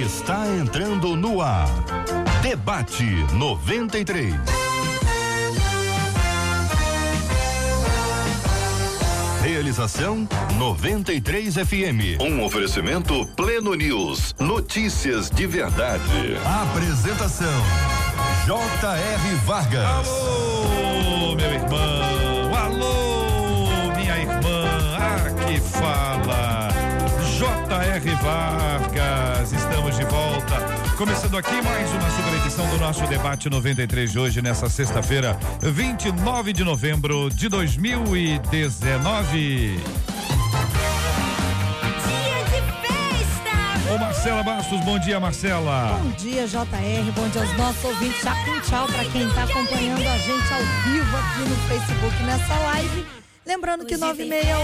Está entrando no ar. Debate 93. Realização 93 FM. Um oferecimento Pleno News. Notícias de verdade. Apresentação J.R. Vargas. Alô, meu irmão. Alô, minha irmã. Aqui fala J.R. Vargas. Estamos de volta. Começando aqui mais uma super edição do nosso Debate 93 de hoje, nessa sexta-feira, 29 de novembro de 2019. Dia de festa! Ô Marcela Bastos, bom dia, Marcela. Bom dia, JR, bom dia aos nossos ouvintes. Já com tchau para quem está acompanhando a gente ao vivo aqui no Facebook nessa live. Lembrando que 9680383319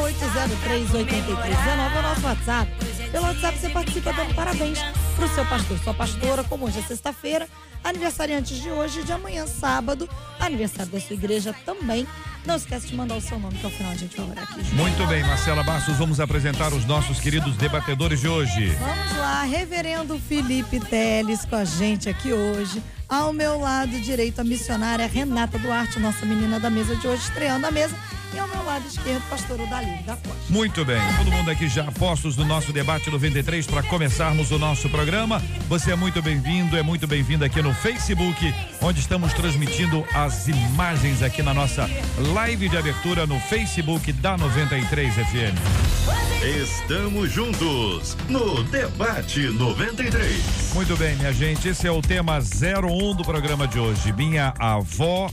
é o nosso WhatsApp. Pelo WhatsApp você participa dando parabéns pro seu pastor, sua pastora, como hoje é sexta-feira, aniversariantes de hoje e de amanhã, sábado, aniversário da sua igreja também. Não esquece de mandar o seu nome, que ao final a gente vai orar aqui junto. Muito bem, Marcela Bastos, vamos apresentar os nossos queridos debatedores de hoje. Vamos lá, reverendo Felipe Teles com a gente aqui hoje. Ao meu lado direito, a missionária Renata Duarte, nossa menina da mesa de hoje, estreando a mesa. E ao meu lado esquerdo, pastor Odalírio da Costa. Muito bem, todo mundo aqui já postos no nosso Debate 93 para começarmos o nosso programa. Você é muito bem-vindo, é muito bem-vinda aqui no Facebook, onde estamos transmitindo as imagens aqui na nossa live de abertura no Facebook da 93 FM. Estamos juntos no Debate 93. Muito bem, minha gente, esse é o tema 01 do programa de hoje. Minha avó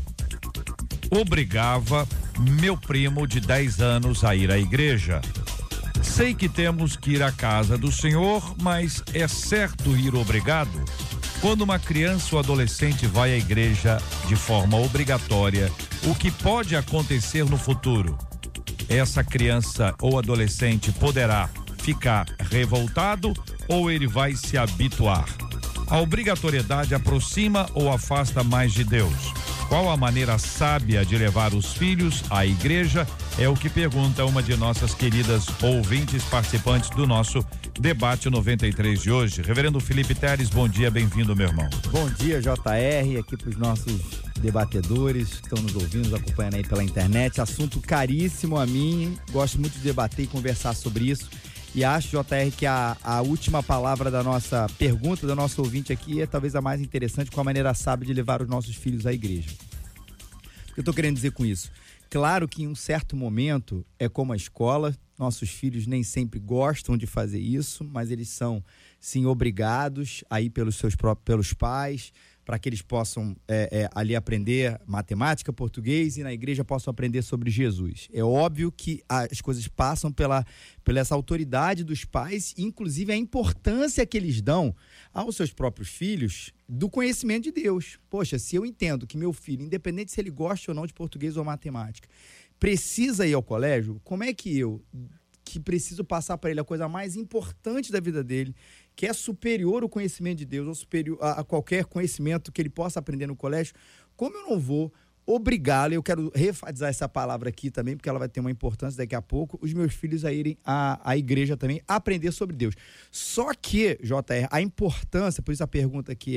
obrigava meu primo de 10 anos a ir à igreja. Sei que temos que ir à casa do Senhor, mas é certo ir obrigado? Quando uma criança ou adolescente vai à igreja de forma obrigatória, o que pode acontecer no futuro? Essa criança ou adolescente poderá ficar revoltado ou ele vai se habituar? A obrigatoriedade aproxima ou afasta mais de Deus? Qual a maneira sábia de levar os filhos à igreja? É o que pergunta uma de nossas queridas ouvintes participantes do nosso Debate 93 de hoje. Reverendo Felipe Teles, bom dia, bem-vindo, meu irmão. Bom dia, JR, aqui para os nossos debatedores que estão nos ouvindo, nos acompanhando aí pela internet. Assunto caríssimo a mim, gosto muito de debater e conversar sobre isso. E acho, JR, que a última palavra da nossa pergunta, do nosso ouvinte aqui, é talvez a mais interessante, qual a maneira sábia de levar os nossos filhos à igreja. O que eu estou querendo dizer com isso? Claro que em um certo momento, é como a escola, nossos filhos nem sempre gostam de fazer isso, mas eles são, sim, obrigados a ir pelos pais, para que eles possam ali aprender matemática, português e na igreja possam aprender sobre Jesus. É óbvio que as coisas passam pela essa autoridade dos pais, inclusive a importância que eles dão aos seus próprios filhos do conhecimento de Deus. Poxa, se eu entendo que meu filho, independente se ele gosta ou não de português ou matemática, precisa ir ao colégio, como é que eu, que preciso passar para ele a coisa mais importante da vida dele, que é superior ao conhecimento de Deus, ou superior a qualquer conhecimento que ele possa aprender no colégio, como eu não vou obrigá-lo, eu quero refatizar essa palavra aqui também, porque ela vai ter uma importância daqui a pouco, os meus filhos a irem à igreja também, aprender sobre Deus. Só que, JR, a importância, por isso a pergunta aqui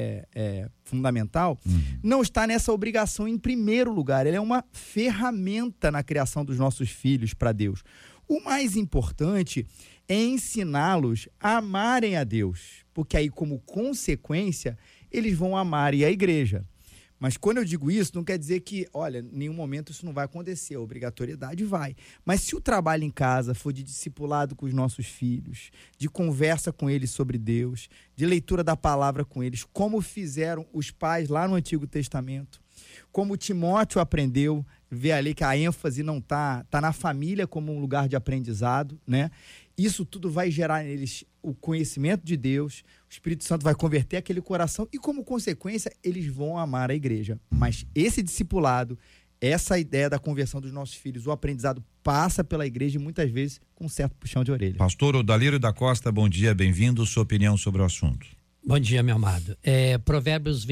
é fundamental, não está nessa obrigação em primeiro lugar, ela é uma ferramenta na criação dos nossos filhos para Deus. O mais importante é ensiná-los a amarem a Deus, porque aí, como consequência, eles vão amar a igreja. Mas quando eu digo isso, não quer dizer que, olha, em nenhum momento isso não vai acontecer, a obrigatoriedade vai. Mas se o trabalho em casa for de discipulado com os nossos filhos, de conversa com eles sobre Deus, de leitura da palavra com eles, como fizeram os pais lá no Antigo Testamento, como Timóteo aprendeu, vê ali que a ênfase não tá na família como um lugar de aprendizado, né? Isso tudo vai gerar neles o conhecimento de Deus, o Espírito Santo vai converter aquele coração e, como consequência, eles vão amar a igreja. Mas esse discipulado, essa ideia da conversão dos nossos filhos, o aprendizado passa pela igreja e muitas vezes com um certo puxão de orelha. Pastor Odalírio da Costa, bom dia, bem-vindo, sua opinião sobre o assunto. Bom dia, meu amado. Provérbios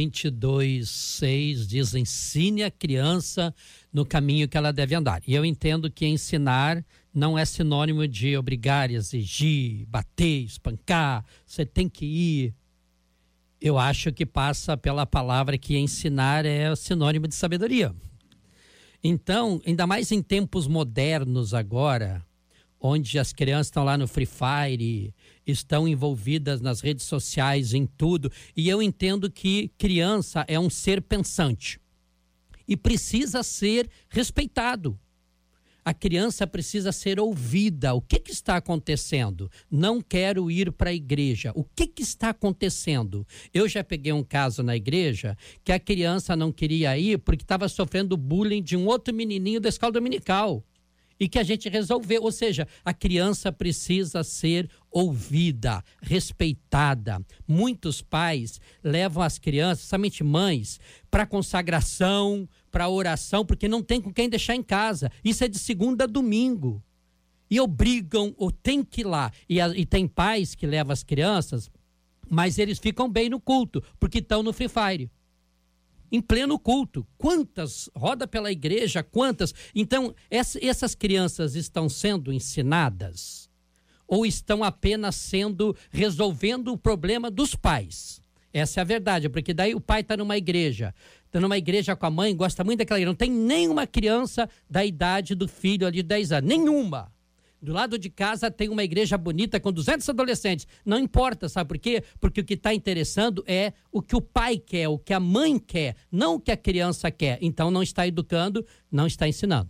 22:6 diz: ensine a criança no caminho que ela deve andar. E eu entendo que ensinar não é sinônimo de obrigar, exigir, bater, espancar, você tem que ir. Eu acho que passa pela palavra que ensinar é sinônimo de sabedoria. Então, ainda mais em tempos modernos agora, onde as crianças estão lá no Free Fire, estão envolvidas nas redes sociais, em tudo, e eu entendo que criança é um ser pensante e precisa ser respeitado. A criança precisa ser ouvida. O que está acontecendo? Não quero ir para a igreja. O que está acontecendo? Eu já peguei um caso na igreja que a criança não queria ir porque estava sofrendo bullying de um outro menininho da escola dominical. E que a gente resolveu. Ou seja, a criança precisa ser ouvida, respeitada. Muitos pais levam as crianças, somente mães, para consagração, para oração, porque não tem com quem deixar em casa. Isso é de segunda a domingo. E obrigam, ou tem que ir lá. E tem pais que levam as crianças, mas eles ficam bem no culto, porque estão no Free Fire. Em pleno culto. Quantas? Roda pela igreja, quantas? Então, essas crianças estão sendo ensinadas ou estão apenas resolvendo o problema dos pais? Essa é a verdade, porque daí o pai está numa igreja com a mãe, gosta muito daquela igreja. Não tem nenhuma criança da idade do filho ali de 10 anos, nenhuma. Do lado de casa tem uma igreja bonita com 200 adolescentes. Não importa, sabe por quê? Porque o que está interessando é o que o pai quer, o que a mãe quer, não o que a criança quer. Então não está educando, não está ensinando.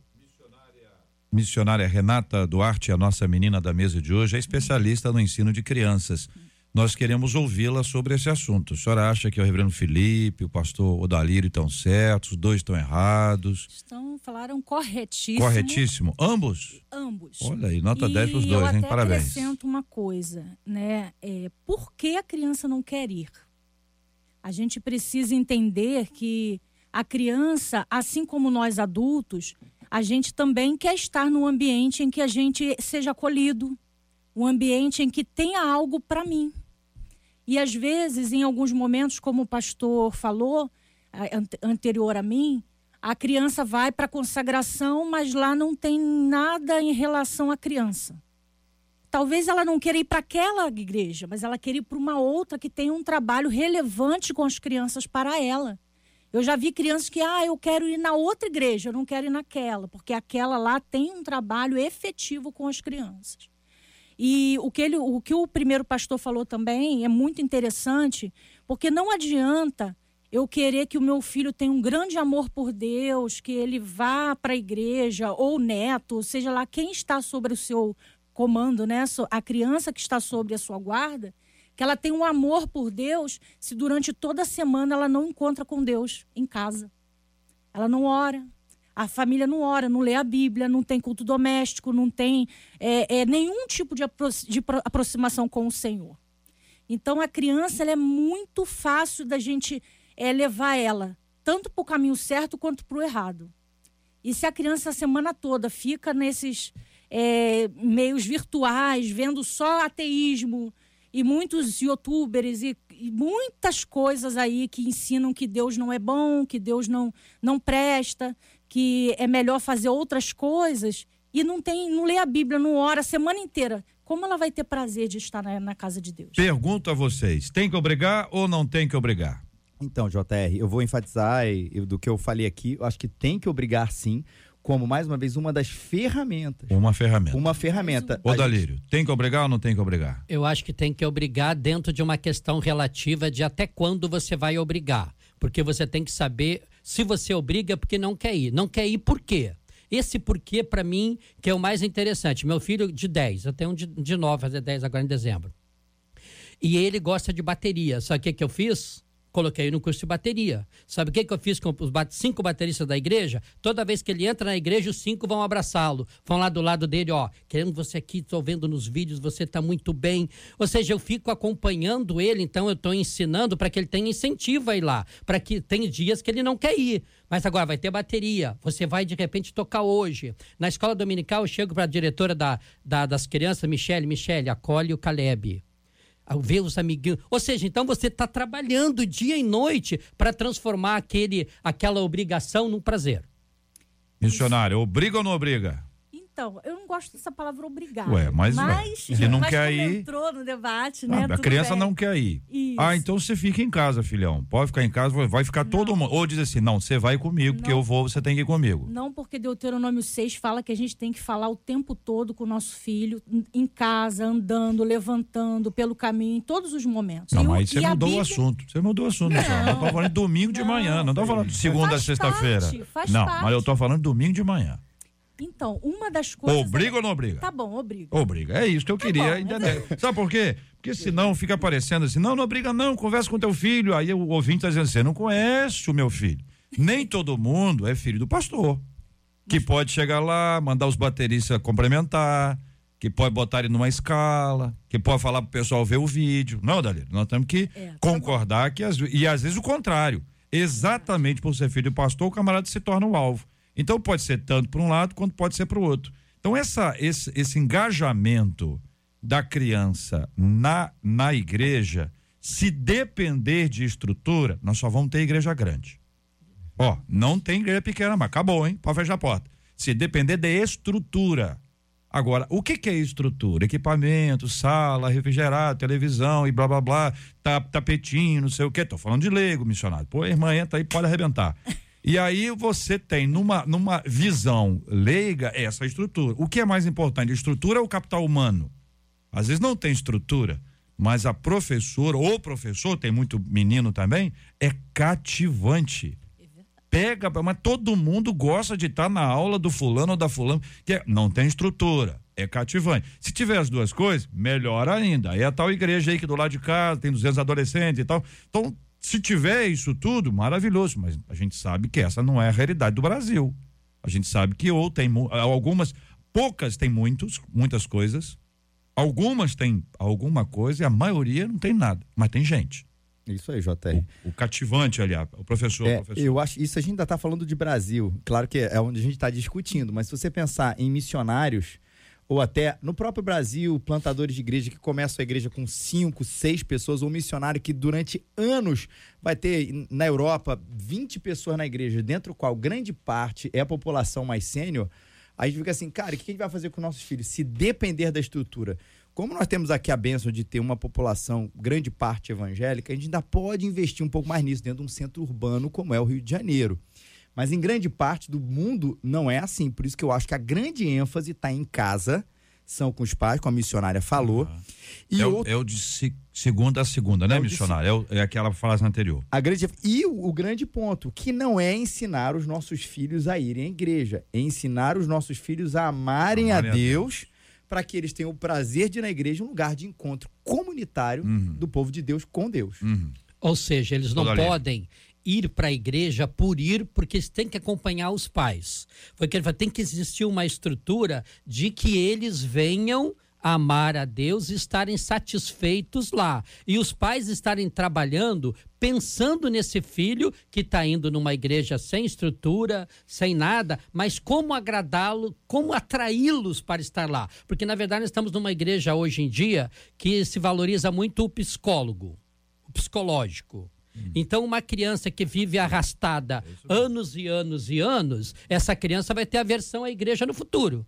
Missionária Renata Duarte, a nossa menina da mesa de hoje, é especialista no ensino de crianças. Nós queremos ouvi-la sobre esse assunto. A senhora acha que o reverendo Felipe, o pastor Odalírio estão certos, os dois estão errados? Falaram corretíssimo. Corretíssimo. Ambos? Ambos. Olha aí, nota 10 para os dois, hein? Parabéns. Eu até acrescento uma coisa, né? Por que a criança não quer ir? A gente precisa entender que a criança, assim como nós adultos, a gente também quer estar num ambiente em que a gente seja acolhido, um ambiente em que tenha algo para mim. E às vezes, em alguns momentos, como o pastor falou, anterior a mim, a criança vai para a consagração, mas lá não tem nada em relação à criança. Talvez ela não queira ir para aquela igreja, mas ela quer ir para uma outra que tem um trabalho relevante com as crianças para ela. Eu já vi crianças que, eu quero ir na outra igreja, eu não quero ir naquela, porque aquela lá tem um trabalho efetivo com as crianças. E o que o primeiro pastor falou também é muito interessante, porque não adianta eu querer que o meu filho tenha um grande amor por Deus, que ele vá para a igreja, ou neto, seja lá quem está sobre o seu comando, né? A criança que está sobre a sua guarda, que ela tem um amor por Deus, se durante toda a semana ela não encontra com Deus em casa. Ela não ora. A família não ora, não lê a Bíblia, não tem culto doméstico, não tem nenhum tipo de aproximação com o Senhor. Então, a criança ela é muito fácil da gente levar ela tanto para o caminho certo quanto para o errado. E se a criança a semana toda fica nesses meios virtuais, vendo só ateísmo e muitos youtubers e muitas coisas aí que ensinam que Deus não é bom, que Deus não presta, que é melhor fazer outras coisas e não lê a Bíblia, não ora a semana inteira, como ela vai ter prazer de estar na casa de Deus? Pergunto a vocês, tem que obrigar ou não tem que obrigar? Então, JR, eu vou enfatizar do que eu falei aqui, eu acho que tem que obrigar sim, como, mais uma vez, uma das ferramentas. Uma ferramenta. Uma ferramenta. Odalírio, tem que obrigar ou não tem que obrigar? Eu acho que tem que obrigar dentro de uma questão relativa de até quando você vai obrigar. Porque você tem que saber se você obriga porque não quer ir. Não quer ir por quê? Esse porquê, para mim, que é o mais interessante. Meu filho de 10, eu tenho um de 9, fazer 10 agora em dezembro. E ele gosta de bateria. Sabe o que eu fiz? Coloquei no curso de bateria. Sabe o que eu fiz com os 5 bateristas da igreja? Toda vez que ele entra na igreja, os 5 vão abraçá-lo. Vão lá do lado dele, querendo você aqui, estou vendo nos vídeos, você está muito bem. Ou seja, eu fico acompanhando ele, então eu estou ensinando para que ele tenha incentivo a ir lá. Para que tem dias que ele não quer ir. Mas agora vai ter bateria, você vai de repente tocar hoje. Na escola dominical, eu chego para a diretora das crianças, Michele, acolhe o Caleb. Ver os amiguinhos. Ou seja, então você está trabalhando dia e noite para transformar aquela obrigação num prazer. Missionário, obriga ou não obriga? Então, eu não gosto dessa palavra obrigar. Mas se não quer ir, entrou no debate, né? A criança não quer ir. Isso. Então você fica em casa, filhão. Pode ficar em casa, vai ficar todo mundo. Ou diz assim, não, você vai comigo, porque eu vou, você tem que ir comigo. Não, porque Deuteronômio 6 fala que a gente tem que falar o tempo todo com o nosso filho, em casa, andando, levantando, pelo caminho, em todos os momentos. Não, mas você mudou o assunto. Você mudou o assunto, não tô falando de domingo de manhã, não tô falando de segunda a sexta-feira. Não, mas eu tô falando de domingo de manhã. Então, uma das coisas... Obriga ou não obriga? Tá bom, obriga. Obriga, é isso que eu queria entender. Sabe por quê? Porque senão fica aparecendo assim, não obriga não, conversa com teu filho. Aí o ouvinte tá dizendo, você não conhece o meu filho. Nem todo mundo é filho do pastor. Que pode chegar lá, mandar os bateristas complementar, que pode botar ele numa escala, que pode falar pro pessoal ver o vídeo. Não, Dalila, nós temos que concordar que e às vezes o contrário. Exatamente por ser filho do pastor, o camarada se torna o alvo. Então pode ser tanto para um lado quanto pode ser para o outro. Então esse engajamento da criança na igreja, se depender de estrutura, nós só vamos ter igreja grande. Não tem igreja pequena, mas acabou, hein? Pode fechar a porta. Se depender de estrutura. Agora, o que é estrutura? Equipamento, sala, refrigerado, televisão e blá blá blá, tapetinho, não sei o quê. Tô falando de leigo, missionário. Pô, a irmã entra aí, pode arrebentar. E aí você tem numa visão leiga essa estrutura. O que é mais importante, estrutura ou capital humano? Às vezes não tem estrutura, mas a professora ou professor, tem muito menino também, é cativante. Mas todo mundo gosta de estar na aula do fulano ou da fulano, que não tem estrutura, é cativante. Se tiver as duas coisas, melhor ainda. Aí é a tal igreja aí que do lado de casa tem 200 adolescentes e tal. Então, se tiver isso tudo, maravilhoso, mas a gente sabe que essa não é a realidade do Brasil. A gente sabe que poucas têm muitas coisas, algumas têm alguma coisa e a maioria não tem nada, mas tem gente. Isso aí, JR. O cativante ali, o professor. Eu acho, isso a gente ainda está falando de Brasil, claro que é onde a gente está discutindo, mas se você pensar em missionários, ou até no próprio Brasil, plantadores de igreja que começam a igreja com 5, 6 pessoas, ou missionário que durante anos vai ter na Europa 20 pessoas na igreja, dentro do qual grande parte é a população mais sênior, aí a gente fica assim, cara, o que a gente vai fazer com nossos filhos? Se depender da estrutura. Como nós temos aqui a bênção de ter uma população, grande parte evangélica, a gente ainda pode investir um pouco mais nisso dentro de um centro urbano como é o Rio de Janeiro. Mas em grande parte do mundo não é assim. Por isso que eu acho que a grande ênfase está em casa, são com os pais, como a missionária falou. É o de segunda a segunda, né, missionária? É aquela frase anterior. O grande ponto, que não é ensinar os nossos filhos a irem à igreja, é ensinar os nossos filhos a amarem a Deus, para que eles tenham o prazer de ir na igreja, um lugar de encontro comunitário do povo de Deus com Deus. Ou seja, eles não podem ir para a igreja por ir, porque eles têm que acompanhar os pais. Foi que ele falou, tem que existir uma estrutura de que eles venham amar a Deus e estarem satisfeitos lá. E os pais estarem trabalhando, pensando nesse filho que está indo numa igreja sem estrutura, sem nada, mas como agradá-lo, como atraí-los para estar lá. Porque, na verdade, nós estamos numa igreja hoje em dia que se valoriza muito o psicólogo, o psicológico. Então, uma criança que vive arrastada anos e anos e anos, essa criança vai ter aversão à igreja no futuro.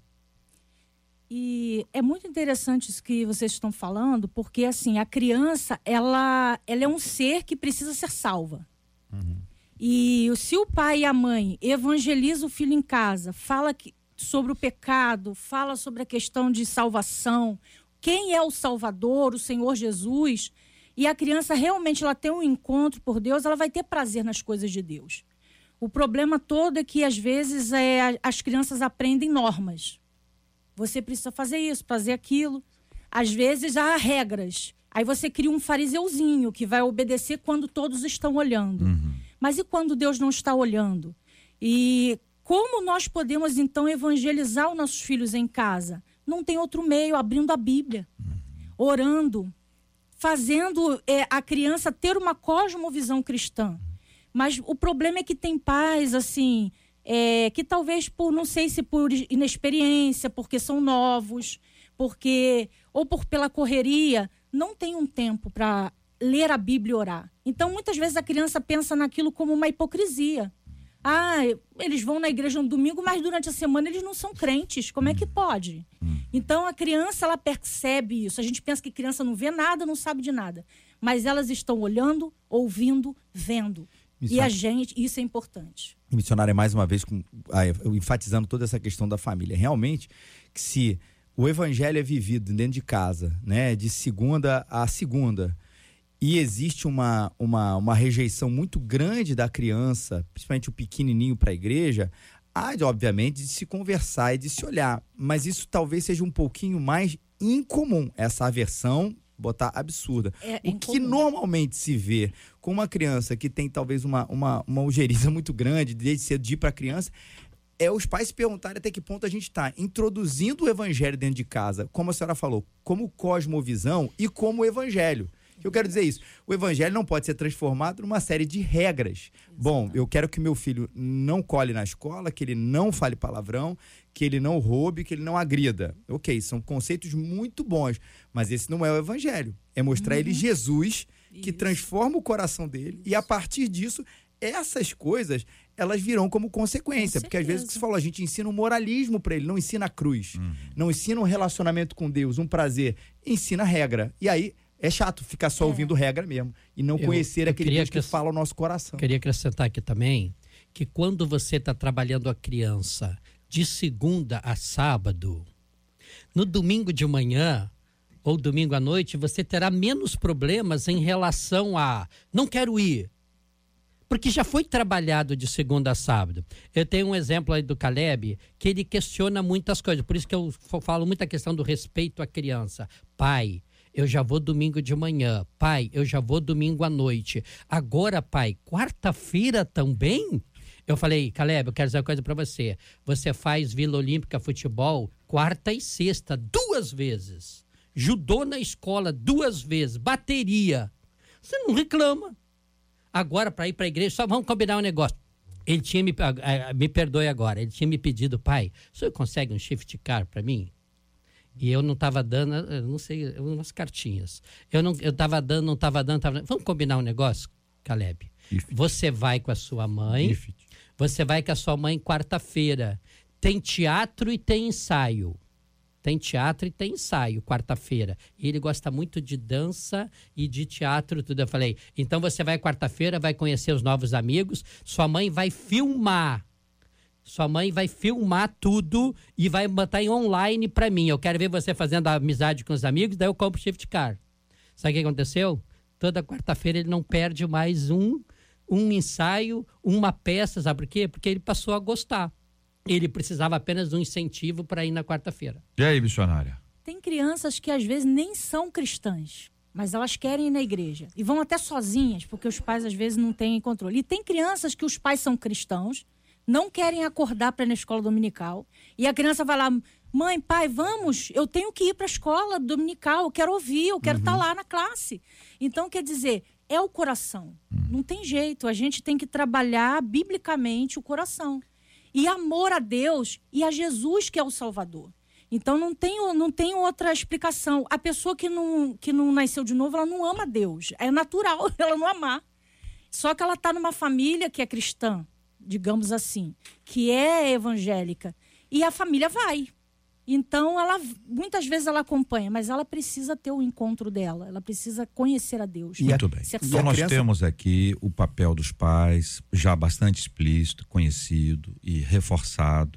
E é muito interessante isso que vocês estão falando, porque assim, a criança, ela é um ser que precisa ser salva. E se o pai e a mãe evangelizam o filho em casa, fala sobre o pecado, fala sobre a questão de salvação, quem é o Salvador, o Senhor Jesus, e a criança realmente ela tem um encontro por Deus, ela vai ter prazer nas coisas de Deus. O problema todo é que às vezes as crianças aprendem normas. Você precisa fazer isso, fazer aquilo. Às vezes há regras. Aí você cria um fariseuzinho que vai obedecer quando todos estão olhando. Mas e quando Deus não está olhando? E como nós podemos então evangelizar os nossos filhos em casa? Não tem outro meio, abrindo a Bíblia, orando, fazendo a criança ter uma cosmovisão cristã. Mas o problema é que tem pais, assim, que talvez não sei se por inexperiência, porque são novos, ou pela correria, não tem um tempo para ler a Bíblia e orar. Então, muitas vezes a criança pensa naquilo como uma hipocrisia. Eles vão na igreja no domingo, mas durante a semana eles não são crentes. Como é que pode? Então, a criança, ela percebe isso. A gente pensa que criança não vê nada, não sabe de nada. Mas elas estão olhando, ouvindo, vendo. E isso é importante. Missionária, mais uma vez, enfatizando toda essa questão da família. Realmente, que se o evangelho é vivido dentro de casa, né, de segunda a segunda, e existe uma rejeição muito grande da criança, principalmente o pequenininho, para a igreja, há, obviamente, de se conversar e de se olhar. Mas isso talvez seja um pouquinho mais incomum, essa aversão, botar absurda. O que normalmente se vê com uma criança que tem talvez uma ojeriza muito grande, desde cedo de ir para a criança, é os pais se perguntarem até que ponto a gente está introduzindo o evangelho dentro de casa, como a senhora falou, como cosmovisão e como evangelho. Eu quero dizer isso, o evangelho não pode ser transformado numa série de regras. Bom, eu quero que meu filho não cole na escola, que ele não fale palavrão, que ele não roube, que ele não agrida. Ok, são conceitos muito bons, mas esse não é o evangelho. É mostrar ele Jesus, que transforma o coração dele, e a partir disso, essas coisas, elas virão como consequência. Porque às vezes, o que você falou, a gente ensina um moralismo para ele, não ensina a cruz, não ensina um relacionamento com Deus, um prazer, ensina a regra. E aí, é chato ficar só ouvindo regra mesmo e não conhecer aquele Deus que fala o nosso coração. Queria acrescentar aqui também que quando você está trabalhando a criança de segunda a sábado, no domingo de manhã ou domingo à noite, você terá menos problemas em relação a não quero ir, porque já foi trabalhado de segunda a sábado. Eu tenho um exemplo aí do Caleb, que ele questiona muitas coisas, por isso que eu falo muito a questão do respeito à criança. Pai, eu já vou domingo de manhã. Pai, eu já vou domingo à noite. Agora, pai, quarta-feira também? Eu falei, Caleb, eu quero dizer uma coisa pra você. Você faz Vila Olímpica Futebol quarta e sexta, 2 vezes. Judô na escola 2 vezes. Bateria. Você não reclama. Agora, para ir pra igreja, só vamos combinar um negócio. Ele tinha me perdoe agora, ele tinha me pedido, pai, o senhor consegue um shift car pra mim? E eu não estava dando, eu não sei, umas cartinhas. Eu estava dando, não estava dando, Vamos combinar um negócio, Caleb? Você vai com a sua mãe, você vai com a sua mãe quarta-feira. Tem teatro e tem ensaio. Tem teatro e tem ensaio, quarta-feira. E ele gosta muito de dança e de teatro, tudo. Eu falei, então você vai quarta-feira, vai conhecer os novos amigos, sua mãe vai filmar. Sua mãe vai filmar tudo e vai botar em online pra mim. Eu quero ver você fazendo amizade com os amigos, daí eu compro o shift car. Sabe o que aconteceu? Toda quarta-feira ele não perde mais um ensaio, uma peça. Sabe por quê? Porque ele passou a gostar. Ele precisava apenas de um incentivo para ir na quarta-feira. E aí, missionária? Tem crianças que às vezes nem são cristãs, mas elas querem ir na igreja. E vão até sozinhas, porque os pais às vezes não têm controle. E tem crianças que os pais são cristãos, não querem acordar para ir na escola dominical. E a criança vai lá, mãe, pai, vamos, eu tenho que ir para a escola dominical, eu quero ouvir, eu quero estar lá na classe. Então, quer dizer, é o coração. Não tem jeito, a gente tem que trabalhar biblicamente o coração. E amor a Deus e a Jesus, que é o Salvador. Então, não tem outra explicação. A pessoa que não nasceu de novo, ela não ama Deus. É natural ela não amar. Só que ela está numa família que é cristã, digamos assim, que é evangélica, e a família vai. Então, muitas vezes ela acompanha, mas ela precisa ter o encontro dela, ela precisa conhecer a Deus. Muito bem. Então, nós temos aqui o papel dos pais, já bastante explícito, conhecido e reforçado,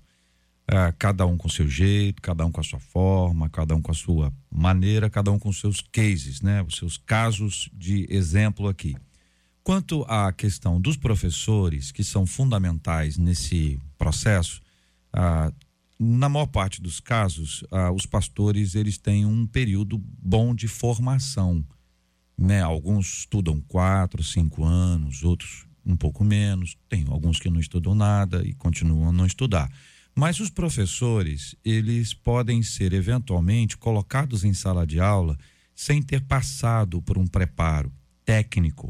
cada um com seu jeito, cada um com a sua forma, cada um com a sua maneira, cada um com os seus cases, né? Os seus casos de exemplo aqui. Quanto à questão dos professores, que são fundamentais nesse processo, na maior parte dos casos, os pastores, eles têm um período bom de formação, né? Alguns estudam 4, 5 anos, outros um pouco menos, tem alguns que não estudam nada e continuam a não estudar. Mas os professores, eles podem ser eventualmente colocados em sala de aula sem ter passado por um preparo técnico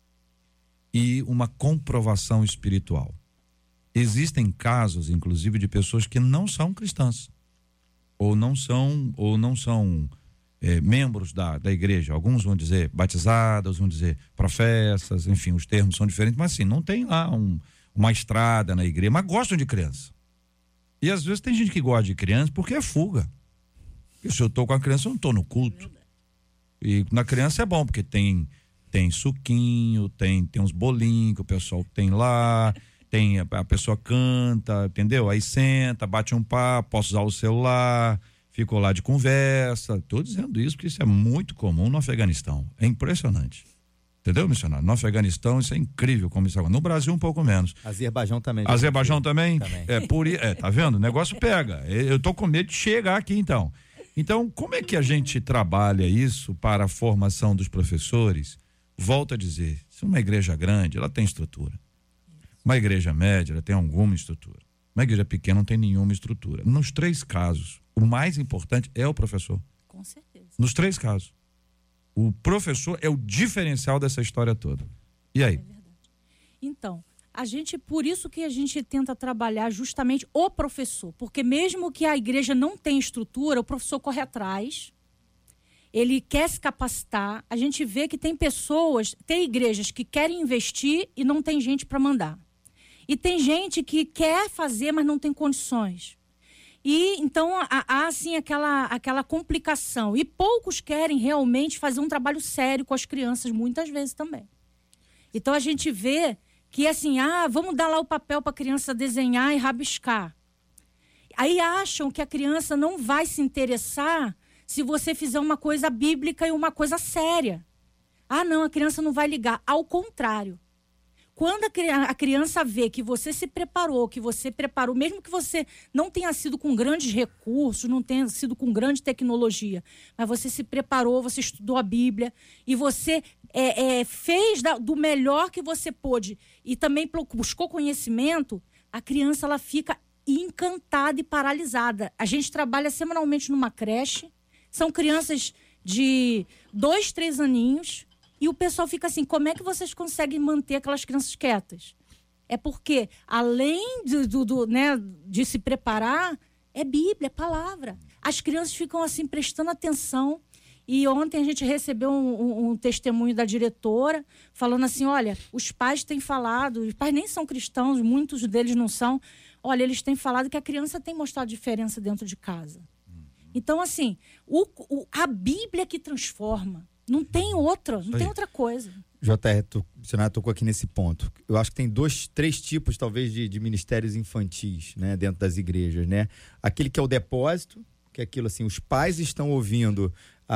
e uma comprovação espiritual. Existem casos, inclusive, de pessoas que não são cristãs ou não são membros da igreja. Alguns vão dizer batizadas, vão dizer professas, enfim, os termos são diferentes, mas assim, não tem lá uma estrada na igreja, mas gostam de criança. E às vezes tem gente que gosta de criança porque é fuga. E se eu tô com a criança, eu não tô no culto. E na criança é bom, porque tem suquinho, tem uns bolinhos que o pessoal tem lá, a pessoa canta, entendeu? Aí senta, bate um papo, posso usar o celular, ficou lá de conversa. Tô dizendo isso porque isso é muito comum no Afeganistão. É impressionante. Entendeu, missionário? No Afeganistão isso é incrível como isso é. No Brasil um pouco menos. Azerbaijão também. Azerbaijão também? Tá vendo? O negócio pega. Eu tô com medo de chegar aqui então. Então, como é que a gente trabalha isso para a formação dos professores? Volto a dizer, se uma igreja grande, ela tem estrutura. Uma igreja média, ela tem alguma estrutura. Uma igreja pequena não tem nenhuma estrutura. Nos 3 casos, o mais importante é o professor. Com certeza. Nos 3 casos. O professor é o diferencial dessa história toda. E aí? É verdade. Então, por isso que a gente tenta trabalhar justamente o professor, porque mesmo que a igreja não tenha estrutura, o professor corre atrás, ele quer se capacitar. A gente vê que tem igrejas que querem investir e não tem gente para mandar. E tem gente que quer fazer, mas não tem condições. E então há assim aquela complicação. E poucos querem realmente fazer um trabalho sério com as crianças, muitas vezes também. Então a gente vê que assim, vamos dar lá o papel para a criança desenhar e rabiscar. Aí acham que a criança não vai se interessar se você fizer uma coisa bíblica e uma coisa séria. Não, a criança não vai ligar. Ao contrário. Quando a criança vê que você se preparou, mesmo que você não tenha sido com grandes recursos, não tenha sido com grande tecnologia, mas você se preparou, você estudou a Bíblia e você fez do melhor que você pôde e também buscou conhecimento, a criança ela fica encantada e paralisada. A gente trabalha semanalmente numa creche, são crianças de 2, 3 aninhos. E o pessoal fica assim, como é que vocês conseguem manter aquelas crianças quietas? É porque, além de se preparar, é Bíblia, é palavra. As crianças ficam assim, prestando atenção. E ontem a gente recebeu um testemunho da diretora, falando assim, olha, os pais têm falado, os pais nem são cristãos, muitos deles não são. Olha, eles têm falado que a criança tem mostrado diferença dentro de casa. Então, assim, a Bíblia que transforma. Não tem outra coisa. JR, o missionário tocou aqui nesse ponto. Eu acho que tem 2, 3 tipos, talvez, de ministérios infantis, né, dentro das igrejas, né? Aquele que é o depósito, que é aquilo assim, os pais estão ouvindo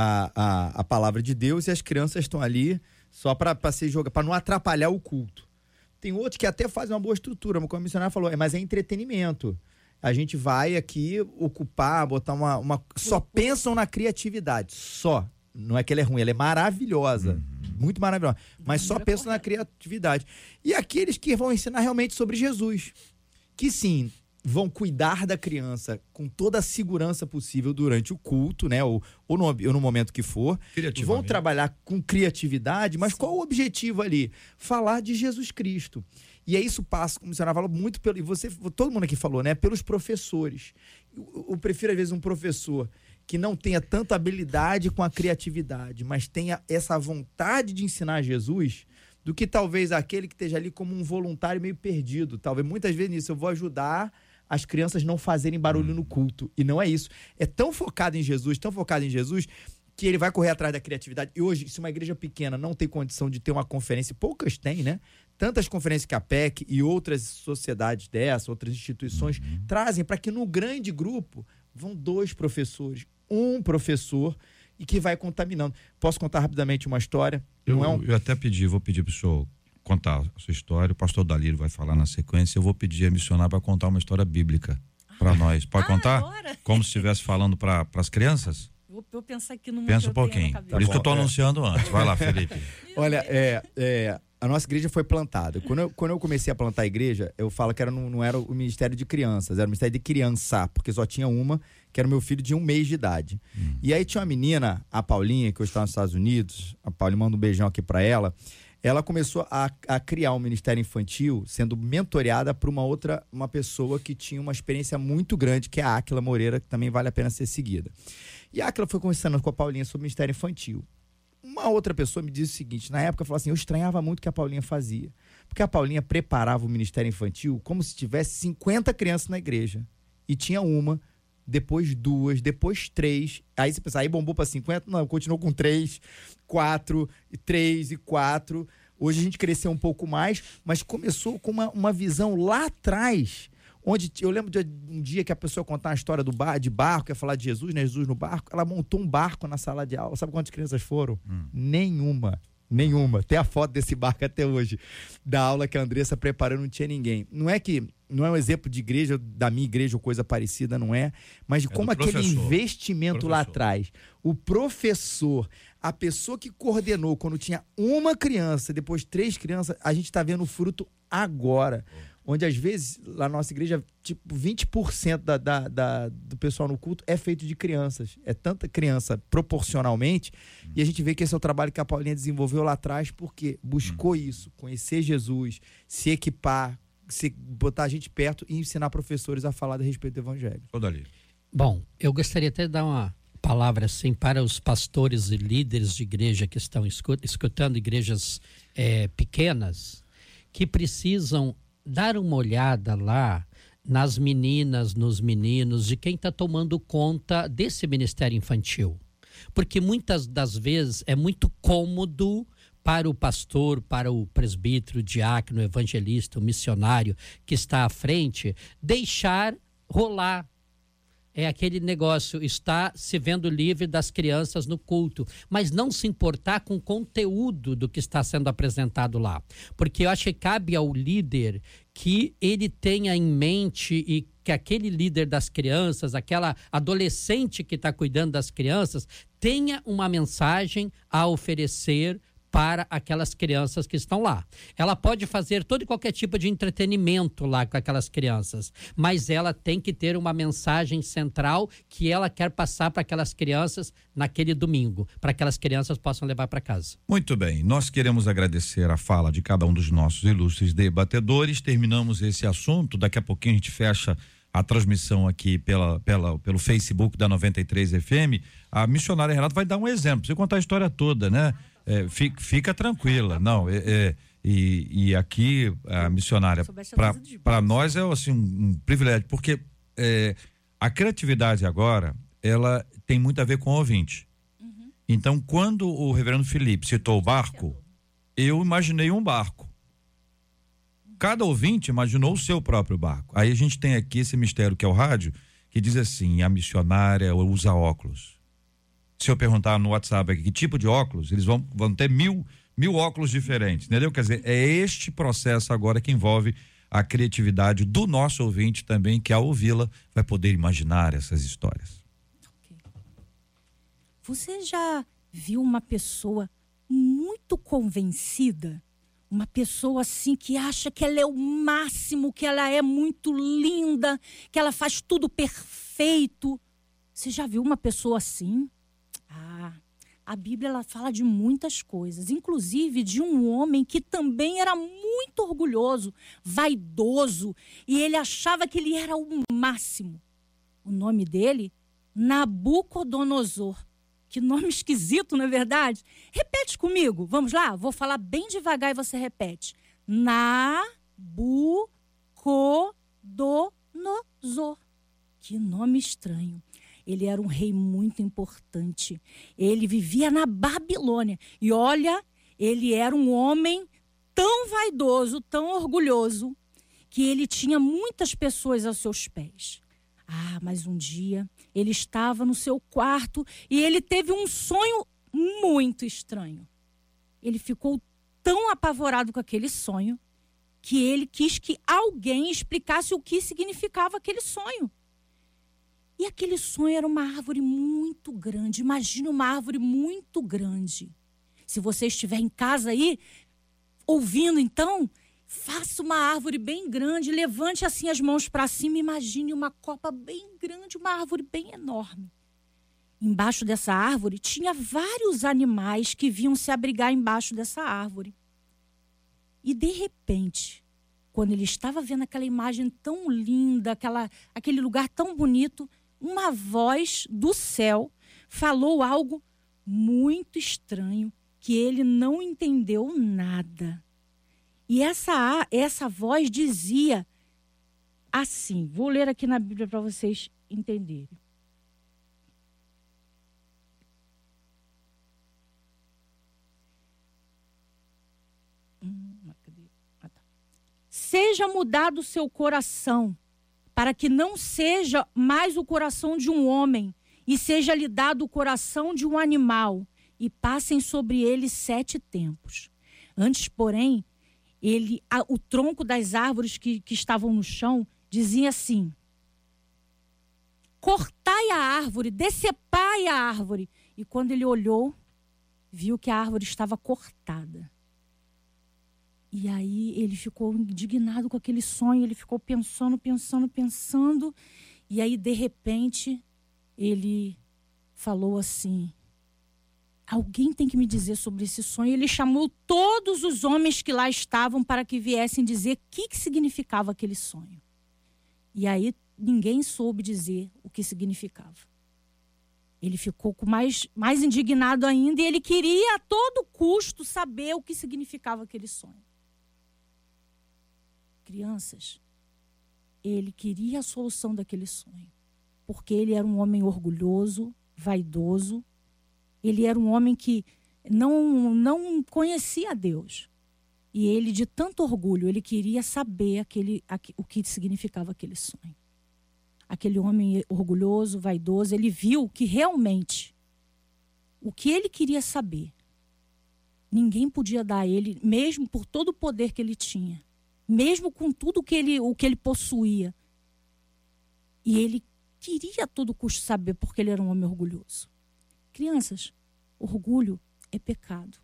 a palavra de Deus e as crianças estão ali só para se jogar, para não atrapalhar o culto. Tem outros que até fazem uma boa estrutura, como o missionário falou, mas é entretenimento. A gente vai aqui ocupar, botar uma... Só pensam na criatividade, só. Não é que ela é ruim, ela é maravilhosa. Muito maravilhosa. Mas só pensam na criatividade. E aqueles que vão ensinar realmente sobre Jesus. Que sim, vão cuidar da criança com toda a segurança possível durante o culto, né? Ou no momento que for. Vão trabalhar com criatividade, mas qual o objetivo ali? Falar de Jesus Cristo. E aí isso passa, como o senhor falou, muito pelo... E todo mundo aqui falou, né? Pelos professores. Eu prefiro, às vezes, um professor que não tenha tanta habilidade com a criatividade, mas tenha essa vontade de ensinar Jesus, do que talvez aquele que esteja ali como um voluntário meio perdido. Talvez, muitas vezes nisso, eu vou ajudar as crianças não fazerem barulho no culto. E não é isso. É tão focado em Jesus, que ele vai correr atrás da criatividade. E hoje, se uma igreja pequena não tem condição de ter uma conferência, poucas têm, né? Tantas conferências que a PEC e outras sociedades outras instituições trazem para que no grande grupo vão 2 professores, um professor, e que vai contaminando. Posso contar rapidamente uma história? Eu até vou pedir para o senhor contar a sua história. O pastor Dalírio vai falar na sequência. Eu vou pedir a missionária para contar uma história bíblica para nós. Pode contar? Agora? Como se estivesse falando para as crianças? Vou pensar aqui no Pensa um pouquinho. Por isso que eu estou anunciando antes. Vai lá, Felipe. Olha, a nossa igreja foi plantada. Quando eu comecei a plantar a igreja, eu falo que não era o ministério de crianças, era o ministério de criança, porque só tinha uma, que era o meu filho de 1 mês de idade. E aí tinha uma menina, a Paulinha, que hoje está nos Estados Unidos, a Paulinha, manda um beijão aqui para ela. Ela começou a criar um ministério infantil, sendo mentoreada por uma pessoa que tinha uma experiência muito grande, que é a Áquila Moreira, que também vale a pena ser seguida. E a Áquila foi conversando com a Paulinha sobre o ministério infantil. Uma outra pessoa me disse o seguinte, na época, falou assim, eu estranhava muito o que a Paulinha fazia. Porque a Paulinha preparava o Ministério Infantil como se tivesse 50 crianças na igreja. E tinha uma, depois 2, depois 3. Aí você pensa, aí bombou para 50? Não, continuou com 3, 4, 3 e 4. Hoje a gente cresceu um pouco mais, mas começou com uma visão lá atrás, onde eu lembro de um dia que a pessoa contar a história de barco, ia falar de Jesus, né? Jesus no barco, ela montou um barco na sala de aula. Sabe quantas crianças foram? Nenhuma. Tem a foto desse barco até hoje. Da aula que a Andressa preparou, não tinha ninguém. Não é um exemplo de igreja, da minha igreja ou coisa parecida, não é? Mas de como aquele investimento lá atrás, o professor, a pessoa que coordenou quando tinha uma criança, depois 3 crianças, a gente está vendo o fruto agora. Onde às vezes, lá na nossa igreja, tipo 20% do pessoal no culto é feito de crianças. É tanta criança proporcionalmente, e a gente vê que esse é o trabalho que a Paulinha desenvolveu lá atrás, porque buscou isso, conhecer Jesus, se equipar, botar a gente perto e ensinar professores a falar a respeito do evangelho. Bom, eu gostaria até de dar uma palavra assim para os pastores e líderes de igreja que estão escutando igrejas pequenas, que precisam dar uma olhada lá nas meninas, nos meninos, de quem está tomando conta desse ministério infantil. Porque muitas das vezes é muito cômodo para o pastor, para o presbítero, o diácono, o evangelista, o missionário que está à frente, deixar rolar. É aquele negócio, está se vendo livre das crianças no culto, mas não se importar com o conteúdo do que está sendo apresentado lá. Porque eu acho que cabe ao líder que ele tenha em mente e que aquele líder das crianças, aquela adolescente que está cuidando das crianças, tenha uma mensagem a oferecer para aquelas crianças que estão lá. Ela pode fazer todo e qualquer tipo de entretenimento lá com aquelas crianças, mas ela tem que ter uma mensagem central que ela quer passar para aquelas crianças naquele domingo, para que aquelas crianças possam levar para casa. Muito bem, nós queremos agradecer a fala de cada um dos nossos ilustres debatedores. Terminamos esse assunto, daqui a pouquinho a gente fecha a transmissão aqui pelo Facebook da 93 FM. A missionária Renata vai dar um exemplo, você contar a história toda, né? Fica tranquila, não, e aqui a missionária, para nós é assim, um privilégio, porque a criatividade agora, ela tem muito a ver com o ouvinte. Então, quando o reverendo Felipe citou o barco, eu imaginei um barco. Cada ouvinte imaginou o seu próprio barco. Aí a gente tem aqui esse mistério que é o rádio, que diz assim, a missionária usa óculos. Se eu perguntar no WhatsApp aqui que tipo de óculos, eles vão ter mil óculos diferentes, entendeu? Quer dizer, é este processo agora que envolve a criatividade do nosso ouvinte também, que ao ouvi-la vai poder imaginar essas histórias. Okay. Você já viu uma pessoa muito convencida? Uma pessoa assim que acha que ela é o máximo, que ela é muito linda, que ela faz tudo perfeito. Você já viu uma pessoa assim? A Bíblia ela fala de muitas coisas, inclusive de um homem que também era muito orgulhoso, vaidoso, e ele achava que ele era o máximo. O nome dele, Nabucodonosor. Que nome esquisito, não é verdade? Repete comigo, vamos lá? Vou falar bem devagar e você repete. Nabucodonosor. Que nome estranho. Ele era um rei muito importante. Ele vivia na Babilônia. E olha, ele era um homem tão vaidoso, tão orgulhoso, que ele tinha muitas pessoas aos seus pés. Mas um dia ele estava no seu quarto e ele teve um sonho muito estranho. Ele ficou tão apavorado com aquele sonho que ele quis que alguém explicasse o que significava aquele sonho. E aquele sonho era uma árvore muito grande. Imagine uma árvore muito grande. Se você estiver em casa aí, ouvindo então, faça uma árvore bem grande, levante assim as mãos para cima, imagine uma copa bem grande, uma árvore bem enorme. Embaixo dessa árvore tinha vários animais que vinham se abrigar embaixo dessa árvore. E de repente, quando ele estava vendo aquela imagem tão linda, aquele lugar tão bonito, uma voz do céu falou algo muito estranho que ele não entendeu nada. E essa voz dizia assim, vou ler aqui na Bíblia para vocês entenderem. Seja mudado o seu coração, para que não seja mais o coração de um homem, e seja lhe dado o coração de um animal, e passem sobre ele 7 tempos. Antes, porém, o tronco das árvores que estavam no chão dizia assim: cortai a árvore, decepai a árvore. E quando ele olhou, viu que a árvore estava cortada. E aí ele ficou indignado com aquele sonho, ele ficou pensando. E aí, de repente, ele falou assim: alguém tem que me dizer sobre esse sonho. Ele chamou todos os homens que lá estavam para que viessem dizer o que significava aquele sonho. E aí ninguém soube dizer o que significava. Ele ficou mais indignado ainda, e ele queria a todo custo saber o que significava aquele sonho. Crianças, ele queria a solução daquele sonho, porque ele era um homem orgulhoso, vaidoso. Ele era um homem que não conhecia Deus. E ele, de tanto orgulho, ele queria saber o que significava aquele sonho. Aquele homem orgulhoso, vaidoso, ele viu que realmente o que ele queria saber, ninguém podia dar a ele, mesmo por todo o poder que ele tinha, mesmo com tudo o que ele possuía. E ele queria a todo custo saber, porque ele era um homem orgulhoso. Crianças, orgulho é pecado.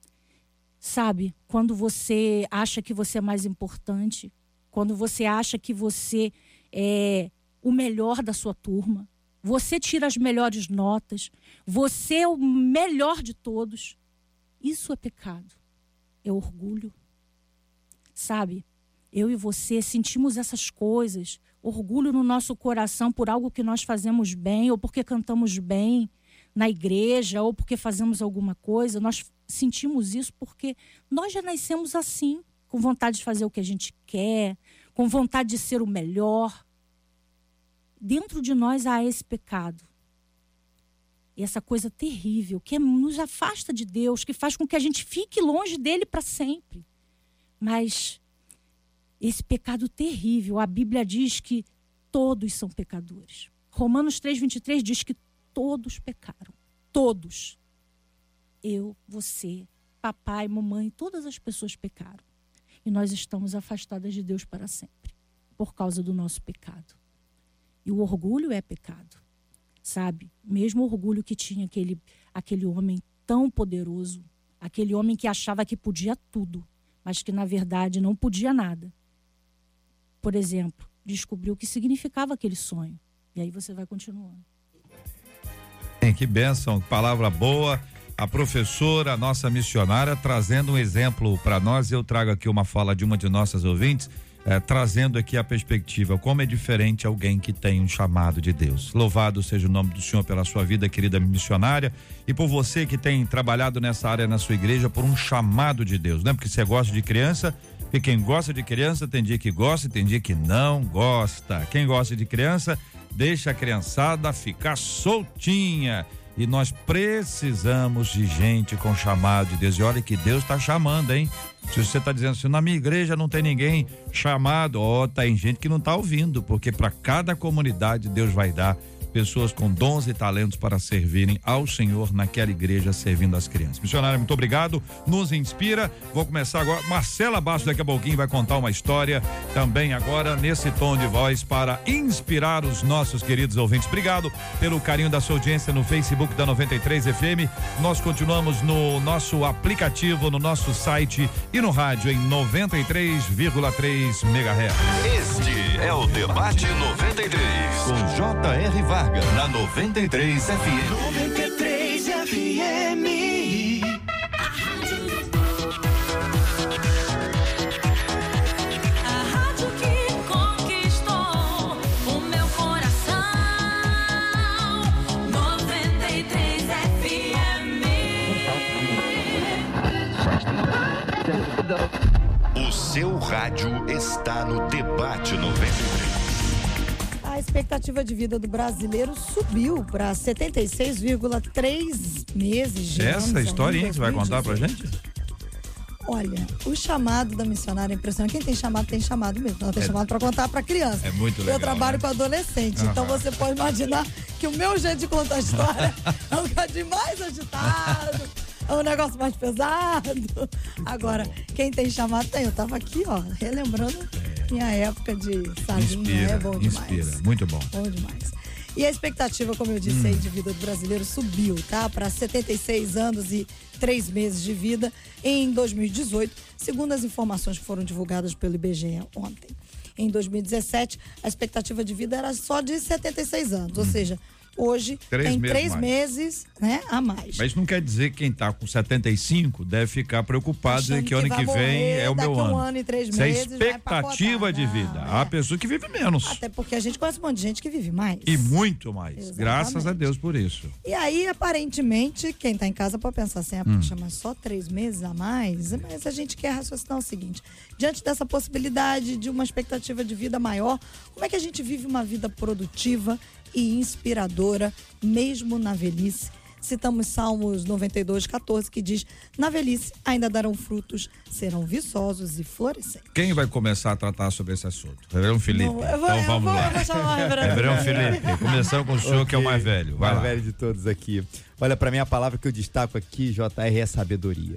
Sabe, quando você acha que você é mais importante, quando você acha que você é o melhor da sua turma, você tira as melhores notas, você é o melhor de todos, isso é pecado, é orgulho. Sabe, eu e você sentimos essas coisas, orgulho no nosso coração por algo que nós fazemos bem, ou porque cantamos bem na igreja, ou porque fazemos alguma coisa. Nós sentimos isso porque nós já nascemos assim, com vontade de fazer o que a gente quer, com vontade de ser o melhor. Dentro de nós há esse pecado, essa coisa terrível que nos afasta de Deus, que faz com que a gente fique longe dele para sempre. Mas esse pecado terrível, a Bíblia diz que todos são pecadores. Romanos 3:23 diz que todos pecaram. Todos. Eu, você, papai, mamãe, todas as pessoas pecaram. E nós estamos afastadas de Deus para sempre, por causa do nosso pecado. E o orgulho é pecado. Sabe? Mesmo o orgulho que tinha aquele homem tão poderoso, aquele homem que achava que podia tudo, mas que na verdade não podia nada. Por exemplo, descobriu o que significava aquele sonho. E aí você vai continuando. Que bênção, palavra boa. A professora, a nossa missionária, trazendo um exemplo para nós. Eu trago aqui uma fala de uma de nossas ouvintes, trazendo aqui a perspectiva, como é diferente alguém que tem um chamado de Deus. Louvado seja o nome do Senhor pela sua vida, querida missionária, e por você que tem trabalhado nessa área na sua igreja por um chamado de Deus, né? Porque você gosta de criança, e quem gosta de criança tem dia que gosta e tem dia que não gosta. Quem gosta de criança, deixa a criançada ficar soltinha. E nós precisamos de gente com chamado de Deus. E olha que Deus está chamando, hein? Se você está dizendo assim, na minha igreja não tem ninguém chamado, tem gente que não está ouvindo, porque para cada comunidade Deus vai dar pessoas com dons e talentos para servirem ao Senhor naquela igreja, servindo as crianças. Missionária, muito obrigado, nos inspira. Vou começar agora, Marcela Bastos daqui a pouquinho vai contar uma história também agora nesse tom de voz para inspirar os nossos queridos ouvintes. Obrigado pelo carinho da sua audiência no Facebook da 93 FM. Nós continuamos no nosso aplicativo, no nosso site e no rádio em 93,3 MHz. Este é o Debate 93 com J.R. Vargas na 93 FM. 93 FM. A rádio que conquistou o meu coração. 93 FM. O seu rádio está no Debate 93. A expectativa de vida do brasileiro subiu para 76,3 meses de anos. Essa historinha que você vai contar pra 2018. gente? Olha, o chamado da missionária é impressionante. Quem tem chamado mesmo. Não tem chamado para contar para criança. É muito legal. Eu trabalho com adolescente, então você pode imaginar que o meu jeito de contar a história é um bocadinho mais agitado, é um negócio mais pesado. Agora, quem tem chamado tem. Eu tava aqui, ó, relembrando minha época de sardinha. É bom demais. Inspira, muito bom. Bom demais. E a expectativa, como eu disse aí, de vida do brasileiro subiu, tá? Para 76 anos e 3 meses de vida em 2018, segundo as informações que foram divulgadas pelo IBGE ontem. Em 2017, a expectativa de vida era só de 76 anos, ou seja, hoje tem 3 meses, né, a mais. Mas não quer dizer que quem tá com 75 deve ficar preocupado Achando que ano que vem é o meu daqui ano. um ano e 3 Isso é meses vai expectativa empacotar. de vida. Não, Há pessoa que vive menos. Até porque a gente conhece um monte de gente que vive mais. E muito mais. Exatamente. Graças a Deus por isso. E aí, aparentemente, quem tá em casa pode pensar assim, puxa, mas só 3 meses a mais? Mas a gente quer raciocinar o seguinte, diante dessa possibilidade de uma expectativa de vida maior, como é que a gente vive uma vida produtiva e inspiradora, mesmo na velhice? Citamos Salmos 92:14, que diz: na velhice ainda darão frutos, serão viçosos e florescentes. Quem vai começar a tratar sobre esse assunto? Reverendo Felipe. Não, eu Então vamos lá. Eu vou chamar o Reverendo Reverendo Felipe, começando com o senhor que é o mais velho. Vai lá. Mais velho de todos aqui. Olha, pra mim a palavra que eu destaco aqui, JR, é sabedoria.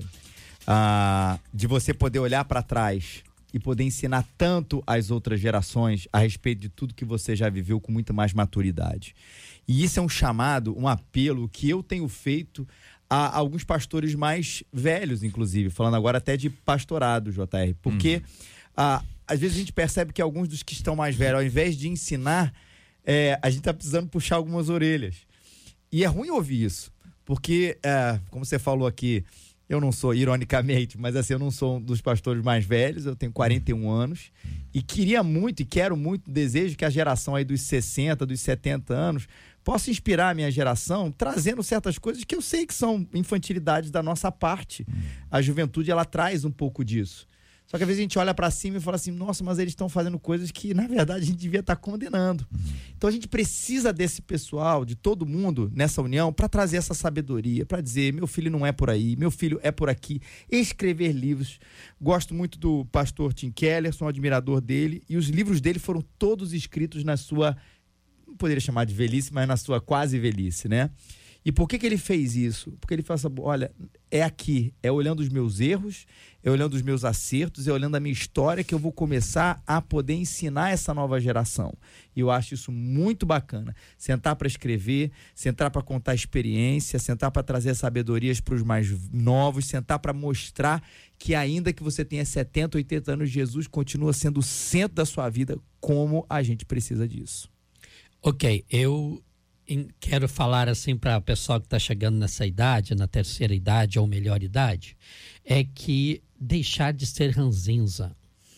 De você poder olhar pra trás e poder ensinar tanto às outras gerações a respeito de tudo que você já viveu com muito mais maturidade. E isso é um chamado, um apelo que eu tenho feito a alguns pastores mais velhos, inclusive, falando agora até de pastorado, JR, porque às vezes a gente percebe que alguns dos que estão mais velhos, ao invés de ensinar, a gente está precisando puxar algumas orelhas. E é ruim ouvir isso, porque, como você falou aqui, eu não sou, ironicamente, mas assim, eu não sou um dos pastores mais velhos, eu tenho 41 anos e queria muito e quero muito, desejo que a geração aí dos 60, dos 70 anos possa inspirar a minha geração, trazendo certas coisas que eu sei que são infantilidades da nossa parte. A juventude, ela traz um pouco disso. Só que às vezes a gente olha pra cima e fala assim, nossa, mas eles estão fazendo coisas que, na verdade, a gente devia estar condenando. Então a gente precisa desse pessoal, de todo mundo nessa união, para trazer essa sabedoria, para dizer, meu filho não é por aí, meu filho é por aqui. Escrever livros. Gosto muito do pastor Tim Keller, sou um admirador dele, e os livros dele foram todos escritos na sua, não poderia chamar de velhice, mas na sua quase velhice, né? E por que ele fez isso? Porque ele fala assim, olha, é aqui, é olhando os meus erros, é olhando os meus acertos, é olhando a minha história que eu vou começar a poder ensinar essa nova geração. E eu acho isso muito bacana. Sentar para escrever, sentar para contar experiência, sentar para trazer sabedorias para os mais novos, sentar para mostrar que ainda que você tenha 70, 80 anos, Jesus continua sendo o centro da sua vida, como a gente precisa disso. Ok, eu quero falar assim para o pessoal que está chegando nessa idade, na terceira idade ou melhor idade, é que deixar de ser ranzinza.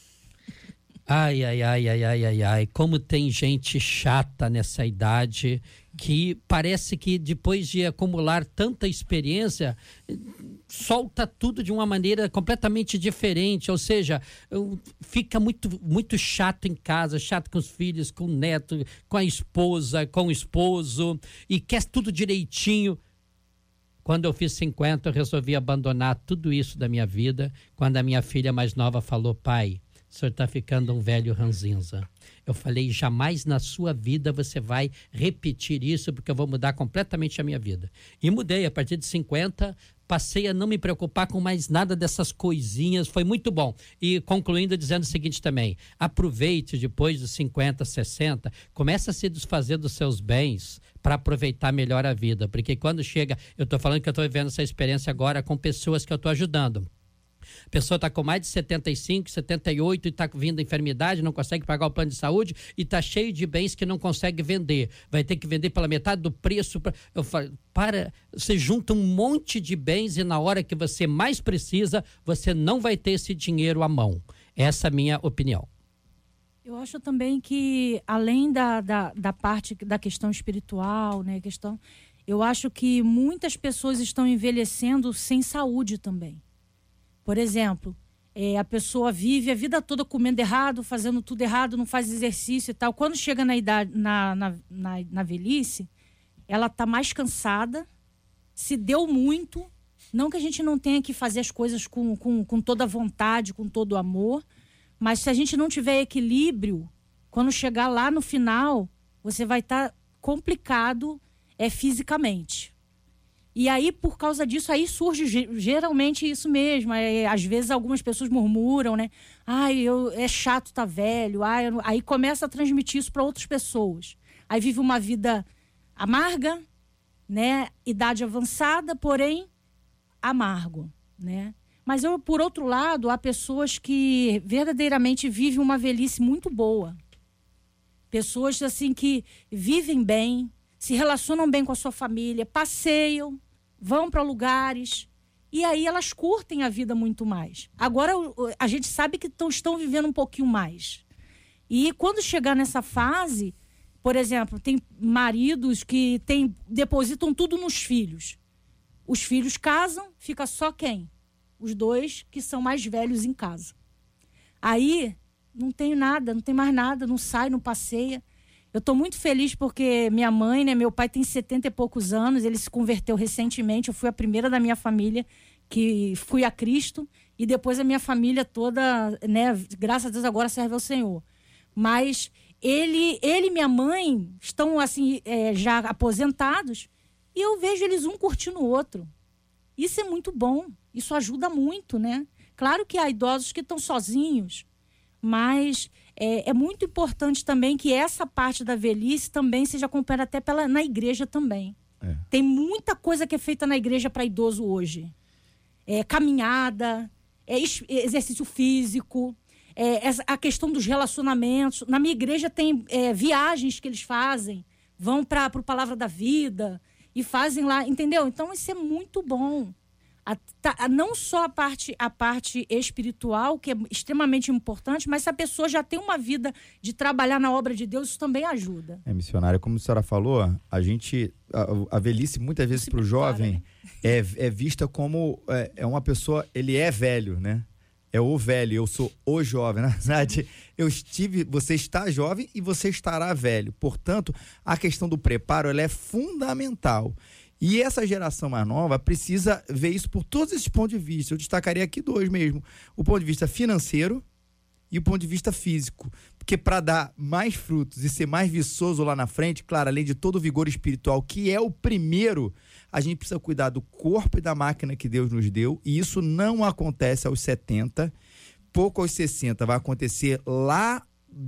Ai, como tem gente chata nessa idade que parece que depois de acumular tanta experiência, solta tudo de uma maneira completamente diferente, ou seja, fica muito chato em casa, chato com os filhos, com o neto, com a esposa, com o esposo, e quer tudo direitinho. Quando eu fiz 50, eu resolvi abandonar tudo isso da minha vida, quando a minha filha mais nova falou, pai, o senhor está ficando um velho ranzinza. Eu falei, jamais na sua vida você vai repetir isso, porque eu vou mudar completamente a minha vida. E mudei, a partir de 50, passei a não me preocupar com mais nada dessas coisinhas, foi muito bom. E concluindo, dizendo o seguinte também, aproveite depois dos 50, 60, começa a se desfazer dos seus bens para aproveitar melhor a vida, porque quando chega, eu estou falando que eu estou vivendo essa experiência agora com pessoas que eu estou ajudando. A pessoa está com mais de 75, 78 e está vindo a enfermidade, não consegue pagar o plano de saúde e está cheio de bens que não consegue vender. Vai ter que vender pela metade do preço. Eu falo, você junta um monte de bens e na hora que você mais precisa, você não vai ter esse dinheiro à mão. Essa é a minha opinião. Eu acho também que, além da parte da questão espiritual, né, eu acho que muitas pessoas estão envelhecendo sem saúde também. Por exemplo, A pessoa vive a vida toda comendo errado, fazendo tudo errado, não faz exercício e tal. Quando chega na idade, na velhice, ela tá mais cansada, se deu muito. Não que a gente não tenha que fazer as coisas com toda a vontade, com todo o amor, mas se a gente não tiver equilíbrio, quando chegar lá no final, você vai estar complicado fisicamente. E aí, por causa disso, aí surge geralmente isso mesmo. Às vezes algumas pessoas murmuram, né? É chato tá velho. Aí começa a transmitir isso para outras pessoas. Aí vive uma vida amarga, né? Idade avançada, porém amargo, né? Mas por outro lado, há pessoas que verdadeiramente vivem uma velhice muito boa. Pessoas assim que vivem bem, se relacionam bem com a sua família, passeiam, vão para lugares e aí elas curtem a vida muito mais. Agora a gente sabe que estão vivendo um pouquinho mais. E quando chegar nessa fase, por exemplo, tem maridos que depositam tudo nos filhos. Os filhos casam, fica só quem? Os 2 que são mais velhos em casa. Aí não tem nada, não tem mais nada, não sai, não passeia. Eu estou muito feliz porque minha mãe, né, meu pai tem 70 e poucos anos, ele se converteu recentemente, eu fui a primeira da minha família que fui a Cristo e depois a minha família toda, né, graças a Deus agora serve ao Senhor. Mas ele e minha mãe estão assim, já aposentados e eu vejo eles um curtindo o outro. Isso é muito bom, isso ajuda muito, né? Claro que há idosos que estão sozinhos, mas é muito importante também que essa parte da velhice também seja acompanhada até na igreja também. Tem muita coisa que é feita na igreja para idoso hoje. Caminhada, exercício físico, a questão dos relacionamentos. Na minha igreja tem viagens que eles fazem, vão para o Palavra da Vida e fazem lá, entendeu? Então isso é muito bom. Não só a parte espiritual, que é extremamente importante, mas se a pessoa já tem uma vida de trabalhar na obra de Deus, isso também ajuda. Missionária, como a senhora falou, a velhice muitas vezes para o jovem é vista como uma pessoa, ele é velho, né? É o velho, eu sou o jovem. Na verdade, você está jovem e você estará velho. Portanto, a questão do preparo, ela é fundamental. E essa geração mais nova precisa ver isso por todos esses pontos de vista. Eu destacaria aqui 2 mesmo. O ponto de vista financeiro e o ponto de vista físico. Porque para dar mais frutos e ser mais viçoso lá na frente, claro, além de todo o vigor espiritual, que é o primeiro, a gente precisa cuidar do corpo e da máquina que Deus nos deu. E isso não acontece aos 70, pouco aos 60. Vai acontecer lá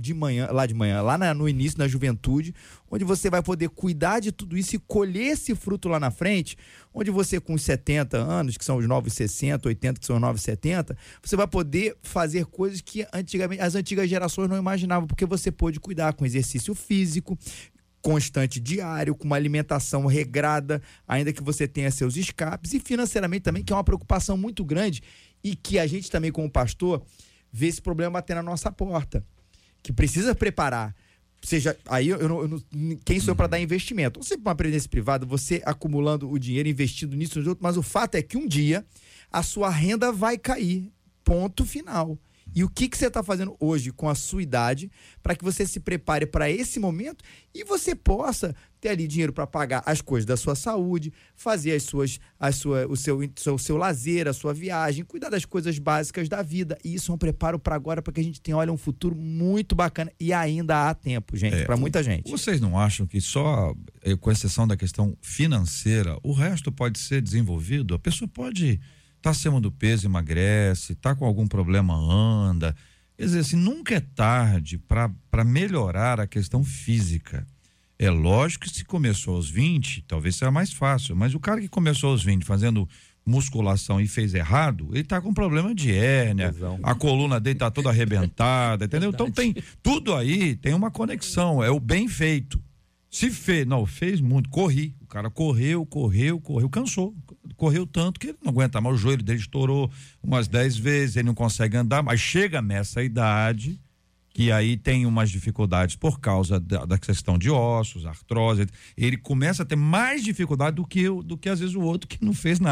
no início, na juventude, onde você vai poder cuidar de tudo isso e colher esse fruto lá na frente, onde você com os 70 anos, que são os novos 60, 80, que são os novos 70, você vai poder fazer coisas que antigamente as antigas gerações não imaginavam, porque você pôde cuidar com exercício físico constante, diário, com uma alimentação regrada, ainda que você tenha seus escapes, e financeiramente também, que é uma preocupação muito grande e que a gente também, como pastor, vê esse problema bater na nossa porta, que precisa preparar. Seja, aí quem sou eu para dar investimento? Ou seja, uma previdência privada, você acumulando o dinheiro, investindo nisso, nos outros, mas o fato é que um dia a sua renda vai cair. Ponto final. E o que você está fazendo hoje com a sua idade para que você se prepare para esse momento e você possa ter ali dinheiro para pagar as coisas da sua saúde, fazer o seu lazer, a sua viagem, cuidar das coisas básicas da vida. E isso é um preparo para agora, para que a gente tenha, um futuro muito bacana e ainda há tempo, gente, para muita gente. Vocês não acham que só, com exceção da questão financeira, o resto pode ser desenvolvido? A pessoa pode tá acima do peso, emagrece, tá com algum problema, anda. Quer dizer, assim, nunca é tarde para melhorar a questão física. É lógico que se começou aos 20, talvez seja mais fácil, mas o cara que começou aos 20 fazendo musculação e fez errado, ele tá com problema de hérnia, a coluna dele tá toda arrebentada, entendeu? Então tem tudo aí, tem uma conexão, é o bem feito. Se fez muito, o cara correu, cansou, correu tanto que ele não aguenta mais, o joelho dele estourou umas 10 vezes, ele não consegue andar, mas chega nessa idade que aí tem umas dificuldades por causa da questão de ossos, artrose, ele começa a ter mais dificuldade do que às vezes o outro que não fez nada.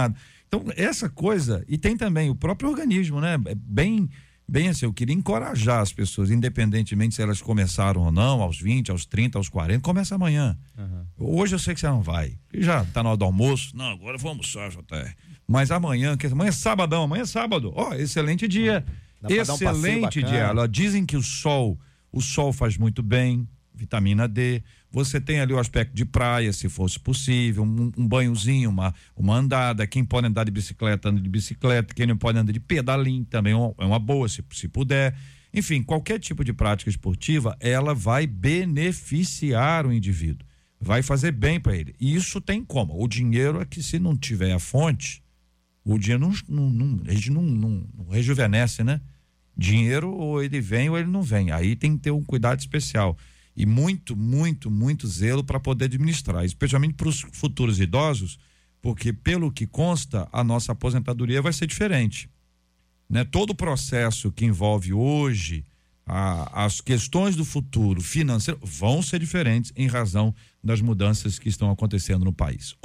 Então, essa coisa, e tem também o próprio organismo, né? É bem assim, eu queria encorajar as pessoas, independentemente se elas começaram ou não, aos 20, aos 30, aos 40, começa amanhã. Hoje eu sei que você não vai, já tá na hora do almoço, não, agora eu vou almoçar, JR. Mas amanhã é sabadão, amanhã é sábado, excelente dia, excelente dia. Ela dizem que o sol faz muito bem, vitamina D, você tem ali o aspecto de praia, se fosse possível, um banhozinho, uma andada, quem pode andar de bicicleta, anda de bicicleta, quem não pode andar de pedalinho também é uma boa, se puder. Enfim, qualquer tipo de prática esportiva, ela vai beneficiar o indivíduo, vai fazer bem para ele. E isso tem como? O dinheiro é que, se não tiver a fonte, o dinheiro a gente não rejuvenesce, né? Dinheiro, ou ele vem ou ele não vem. Aí tem que ter um cuidado especial. E muito, muito, muito zelo para poder administrar, especialmente para os futuros idosos, porque, pelo que consta, a nossa aposentadoria vai ser diferente, né? Todo o processo que envolve hoje as questões do futuro financeiro vão ser diferentes em razão das mudanças que estão acontecendo no país.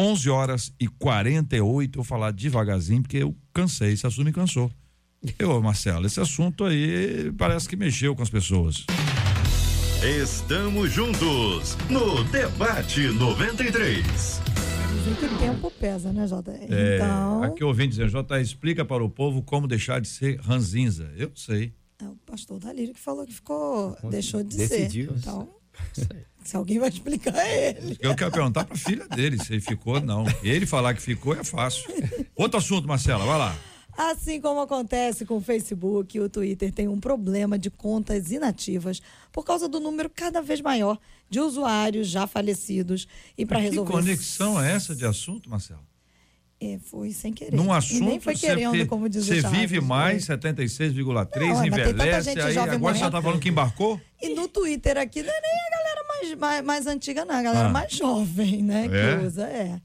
11h48, vou falar devagarzinho porque eu cansei, esse assunto me cansou. Marcelo, esse assunto aí parece que mexeu com as pessoas. Estamos juntos no Debate 93. Dizem que o tempo pesa, né, JR? Então... Aqui eu ouvi dizer, JR, explica para o povo como deixar de ser ranzinza. Eu sei. É o pastor Dalírio que falou que deixou de decidiu. Ser. Então, se alguém vai explicar, é ele. Eu quero perguntar para a filha dele se ele ficou, não. Ele falar que ficou é fácil. Outro assunto, Marcela, vai lá. Assim como acontece com o Facebook e o Twitter, tem um problema de contas inativas por causa do número cada vez maior de usuários já falecidos. E para resolver... Que conexão é essa de assunto, Marcelo? Foi sem querer. Num assunto, e nem foi querendo, como diz o Chaves. Você vive mais, 76,3, envelhece, aí agora você já tá falando que embarcou? E no Twitter aqui, não é nem a galera mais antiga, não, a galera mais jovem, né, que usa,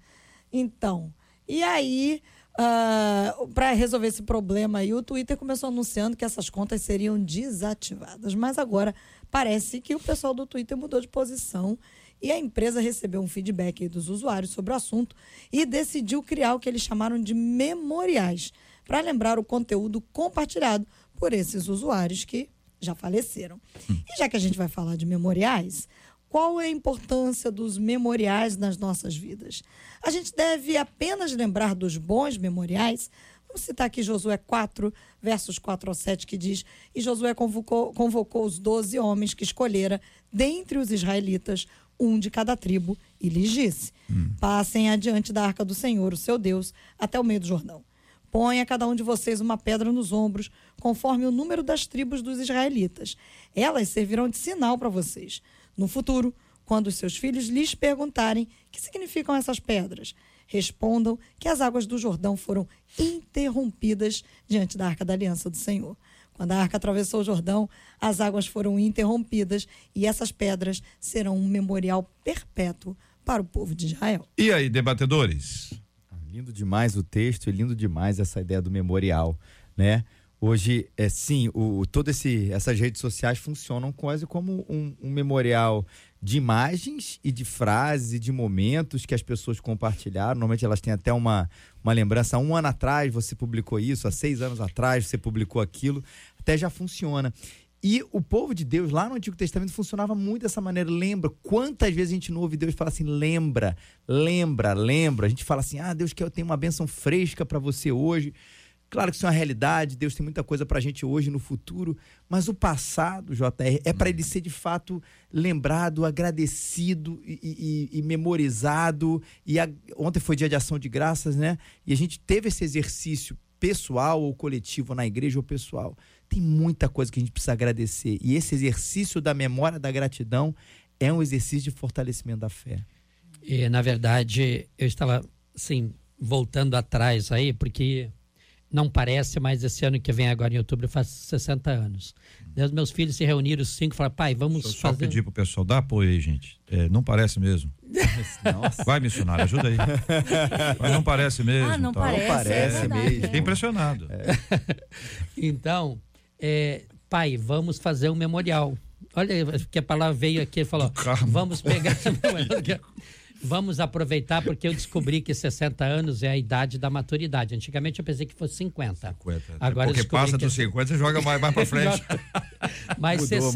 Então, e aí... para resolver esse problema aí, o Twitter começou anunciando que essas contas seriam desativadas, mas agora parece que o pessoal do Twitter mudou de posição e a empresa recebeu um feedback aí dos usuários sobre o assunto e decidiu criar o que eles chamaram de memoriais para lembrar o conteúdo compartilhado por esses usuários que já faleceram. E já que a gente vai falar de memoriais, qual é a importância dos memoriais nas nossas vidas? A gente deve apenas lembrar dos bons memoriais? Vamos citar aqui Josué 4, versos 4-7, que diz: E Josué convocou os 12 homens que escolhera dentre os israelitas, um de cada tribo, e lhes disse: Passem adiante da arca do Senhor, o seu Deus, até o meio do Jordão. Ponha cada um de vocês uma pedra nos ombros, conforme o número das tribos dos israelitas. Elas servirão de sinal para vocês. No futuro, quando os seus filhos lhes perguntarem o que significam essas pedras, respondam que as águas do Jordão foram interrompidas diante da Arca da Aliança do Senhor. Quando a arca atravessou o Jordão, as águas foram interrompidas e essas pedras serão um memorial perpétuo para o povo de Israel. E aí, debatedores? Lindo demais o texto e lindo demais essa ideia do memorial, né? Hoje, essas redes sociais funcionam quase como um memorial de imagens e de frases e de momentos que as pessoas compartilharam. Normalmente elas têm até uma lembrança. Há 1 ano atrás você publicou isso, há 6 anos atrás você publicou aquilo. Até já funciona. E o povo de Deus, lá no Antigo Testamento, funcionava muito dessa maneira. Lembra? Quantas vezes a gente não ouve Deus falar assim, lembra, lembra, lembra. A gente fala assim, Deus quer eu tenho uma bênção fresca para você hoje. Claro que isso é uma realidade, Deus tem muita coisa pra gente hoje e no futuro, mas o passado, JR, é para ele ser de fato lembrado, agradecido e memorizado. Ontem foi dia de ação de graças, né? E a gente teve esse exercício pessoal ou coletivo na igreja ou pessoal. Tem muita coisa que a gente precisa agradecer. E esse exercício da memória da gratidão é um exercício de fortalecimento da fé. E, na verdade, eu estava, assim, voltando atrás aí, porque... Não parece, mas esse ano que vem, agora em outubro, eu faço 60 anos. Os meus filhos se reuniram, os 5, e falaram, pai, vamos fazer... Só pedir pro pessoal, dá apoio aí, gente. Não parece mesmo. Nossa. Vai, missionário, ajuda aí. Mas não parece mesmo. Não tá? parece, Não parece mesmo. Fiquei impressionado. Então, pai, vamos fazer um memorial. Olha, que a palavra veio aqui e falou, vamos pegar... Vamos aproveitar porque eu descobri que 60 anos é a idade da maturidade. Antigamente eu pensei que fosse 50. 50. Agora Porque eu descobri passa que dos 50, você joga mais pra frente. Mas Mudou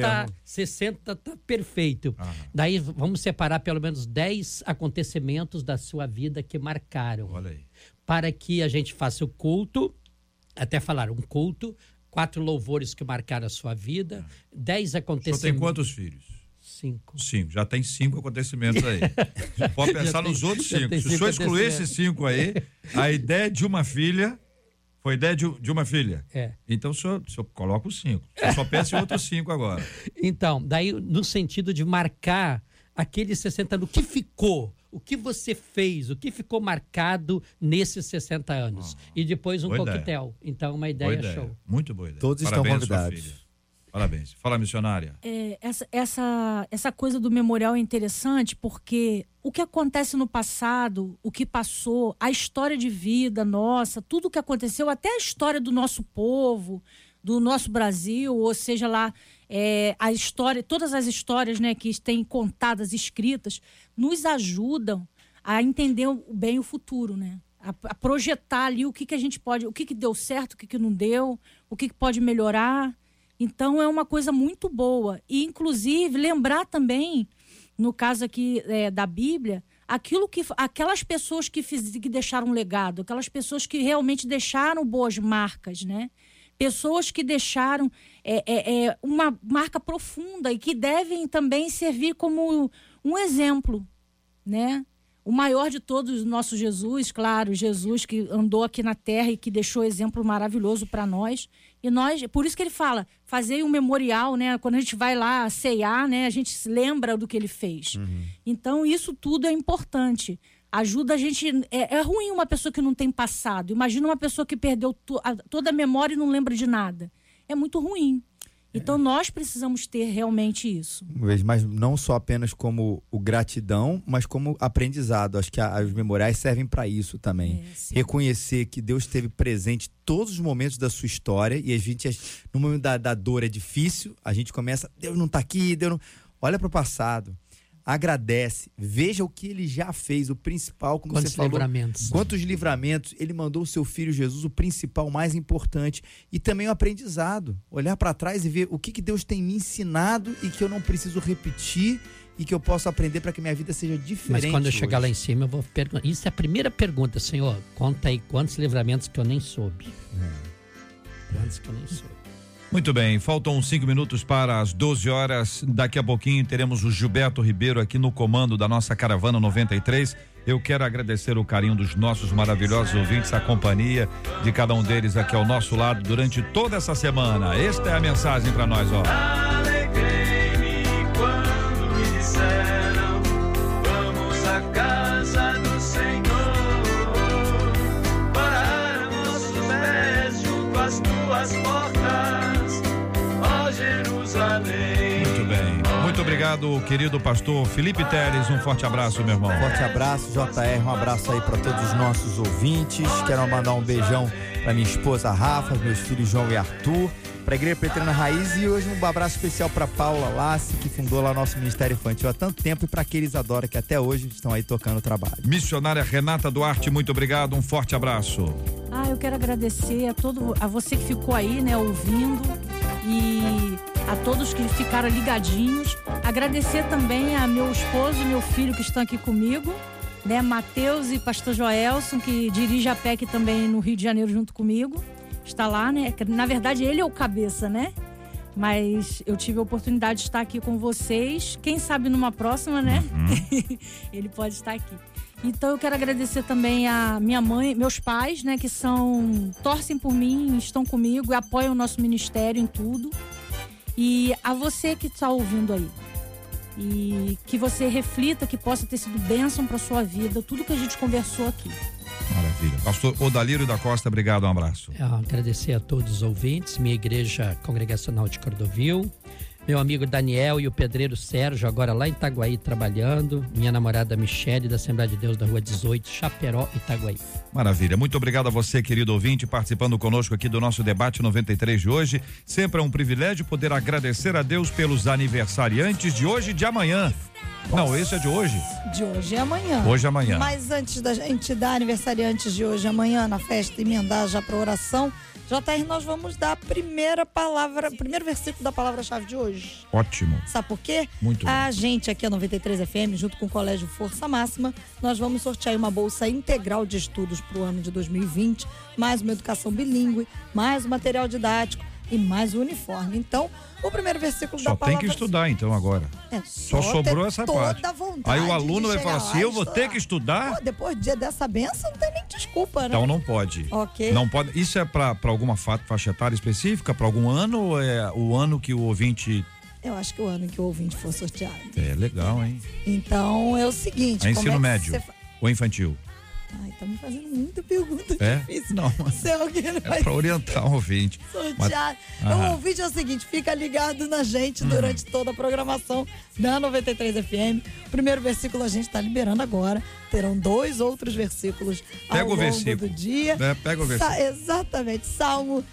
60 tá perfeito. Daí vamos separar pelo menos 10 acontecimentos da sua vida que marcaram. Olha aí. Para que a gente faça o culto, até falar um culto, 4 louvores que marcaram a sua vida, 10 O senhor acontecimentos. tem quantos filhos? 5. 5. Já tem 5 acontecimentos aí. Pode pensar nos outros 5. Se o senhor excluir esses 5 aí, a ideia de uma filha foi ideia de uma filha. É. Então o senhor coloca os 5. O senhor só pensa em outros 5 agora. Então, daí no sentido de marcar aqueles 60 anos, o que ficou, o que você fez, o que ficou marcado nesses 60 anos. E depois um boa coquetel. Então, uma Boa ideia show. Muito boa ideia. Todos estão Parabéns, sua convidados. filha. Parabéns. Fala, missionária. Essa coisa do memorial é interessante porque o que acontece no passado, o que passou, a história de vida nossa, tudo o que aconteceu, até a história do nosso povo, do nosso Brasil, ou seja lá, a história, todas as histórias, né, que têm contadas, escritas, nos ajudam a entender bem o futuro, né? A projetar ali o que a gente pode, o que deu certo, o que não deu, o que pode melhorar. Então é uma coisa muito boa. E, inclusive, lembrar também, no caso aqui da Bíblia, aquelas pessoas que deixaram um legado, aquelas pessoas que realmente deixaram boas marcas, né? Pessoas que deixaram uma marca profunda e que devem também servir como um exemplo, né? O maior de todos, nosso Jesus, claro, Jesus que andou aqui na terra e que deixou exemplo maravilhoso para nós. E nós, por isso que ele fala, fazer um memorial, né? Quando a gente vai lá ceiar, né? A gente se lembra do que ele fez. Então, isso tudo é importante. Ajuda a gente... É ruim uma pessoa que não tem passado. Imagina uma pessoa que perdeu toda a memória e não lembra de nada. É muito ruim. Então, nós precisamos ter realmente isso. Mas não só apenas como o gratidão, mas como aprendizado. Acho que os memoriais servem para isso também. Reconhecer que Deus esteve presente em todos os momentos da sua história. E a gente, no momento da dor é difícil, a gente começa, Deus não está aqui, Deus não... Olha para o passado. Agradece, veja o que ele já fez, o principal, como Quantos você falou. livramentos. Quantos livramentos. Ele mandou o seu filho Jesus, o principal, o mais importante. E também o aprendizado. Olhar para trás e ver o que Deus tem me ensinado e que eu não preciso repetir e que eu posso aprender para que minha vida seja diferente. Mas quando eu chegar hoje. lá em cima, eu vou perguntar. Isso é a primeira pergunta, Senhor. Conta aí quantos livramentos que eu nem soube. Quantos que eu nem soube. Muito bem, faltam 5 minutos para as 12 horas. Daqui a pouquinho teremos o Gilberto Ribeiro aqui no comando da nossa Caravana 93. Eu quero agradecer o carinho dos nossos maravilhosos ouvintes, a companhia de cada um deles aqui ao nosso lado durante toda essa semana. Esta é a mensagem para nós, ó. Alegrei-me quando me disseram: vamos à casa do Senhor, parar nossos pés junto às tuas portas, ó Jerusalém. Muito bem. Muito obrigado, querido pastor Felipe Teres. Um forte abraço, meu irmão. Forte abraço, JR, um abraço aí para todos os nossos ouvintes. Quero mandar um beijão para minha esposa Rafa, meus filhos João e Arthur, para a Igreja Preteriana Raiz e hoje um abraço especial para Paula Lassi, que fundou lá nosso Ministério Infantil há tanto tempo, e para aqueles Isadora que até hoje estão aí tocando o trabalho. Missionária Renata Duarte, muito obrigado, um forte abraço. Eu quero agradecer a você que ficou aí, né, ouvindo, e a todos que ficaram ligadinhos. Agradecer também a meu esposo e meu filho que estão aqui comigo, né, Matheus e pastor Joelson, que dirige a PEC também no Rio de Janeiro junto comigo. Está lá, né? Na verdade, ele é o cabeça, né? Mas eu tive a oportunidade de estar aqui com vocês. Quem sabe numa próxima, né? Ele pode estar aqui. Então eu quero agradecer também a minha mãe, meus pais, né? Que torcem por mim, estão comigo e apoiam o nosso ministério em tudo. E a você que está ouvindo aí. E que você reflita, que possa ter sido bênção para sua vida, tudo que a gente conversou aqui. Maravilha. Pastor Odalírio da Costa, obrigado, um abraço. Agradecer a todos os ouvintes, minha igreja congregacional de Cordovil, Meu amigo Daniel e o pedreiro Sérgio, agora lá em Itaguaí trabalhando. Minha namorada Michele, da Assembleia de Deus da Rua 18, Chaperó, Itaguaí. Maravilha. Muito obrigado a você, querido ouvinte, participando conosco aqui do nosso debate 93 de hoje. Sempre é um privilégio poder agradecer a Deus pelos aniversariantes de hoje e de amanhã. Não, esse é de hoje. De hoje e amanhã. Hoje e amanhã. Mas antes da gente dar aniversariantes de hoje e amanhã na festa e emendar já para oração, JR, nós vamos dar a primeira palavra, o primeiro versículo da palavra-chave de hoje. Ótimo. Sabe por quê? Muito bom. A gente aqui, a 93 FM, junto com o Colégio Força Máxima, nós vamos sortear uma bolsa integral de estudos para o ano de 2020, mais uma educação bilíngue, mais um material didático e mais um uniforme. Então, o primeiro versículo da Só palavra... tem que estudar então agora. Só sobrou essa parte. Vontade. Aí o aluno vai falar assim, eu vou ter que estudar? Pô, depois do dia dessa benção, não tem nem desculpa, né? Então não pode. Ok. Não pode. Isso é para alguma faixa etária específica, para algum ano, ou é o ano que o ouvinte... Eu acho que o ano em que o ouvinte for sorteado. É legal, hein? Então é o seguinte... É ensino médio ou infantil? Ai, tá me fazendo muita pergunta difícil. Não, Se alguém é para orientar o ouvinte. Sorteado. O ouvinte é o seguinte, fica ligado na gente durante toda a programação da 93 FM. O primeiro versículo a gente está liberando agora. Terão 2 outros versículos ao longo do dia. Pega o versículo. Exatamente. Salmo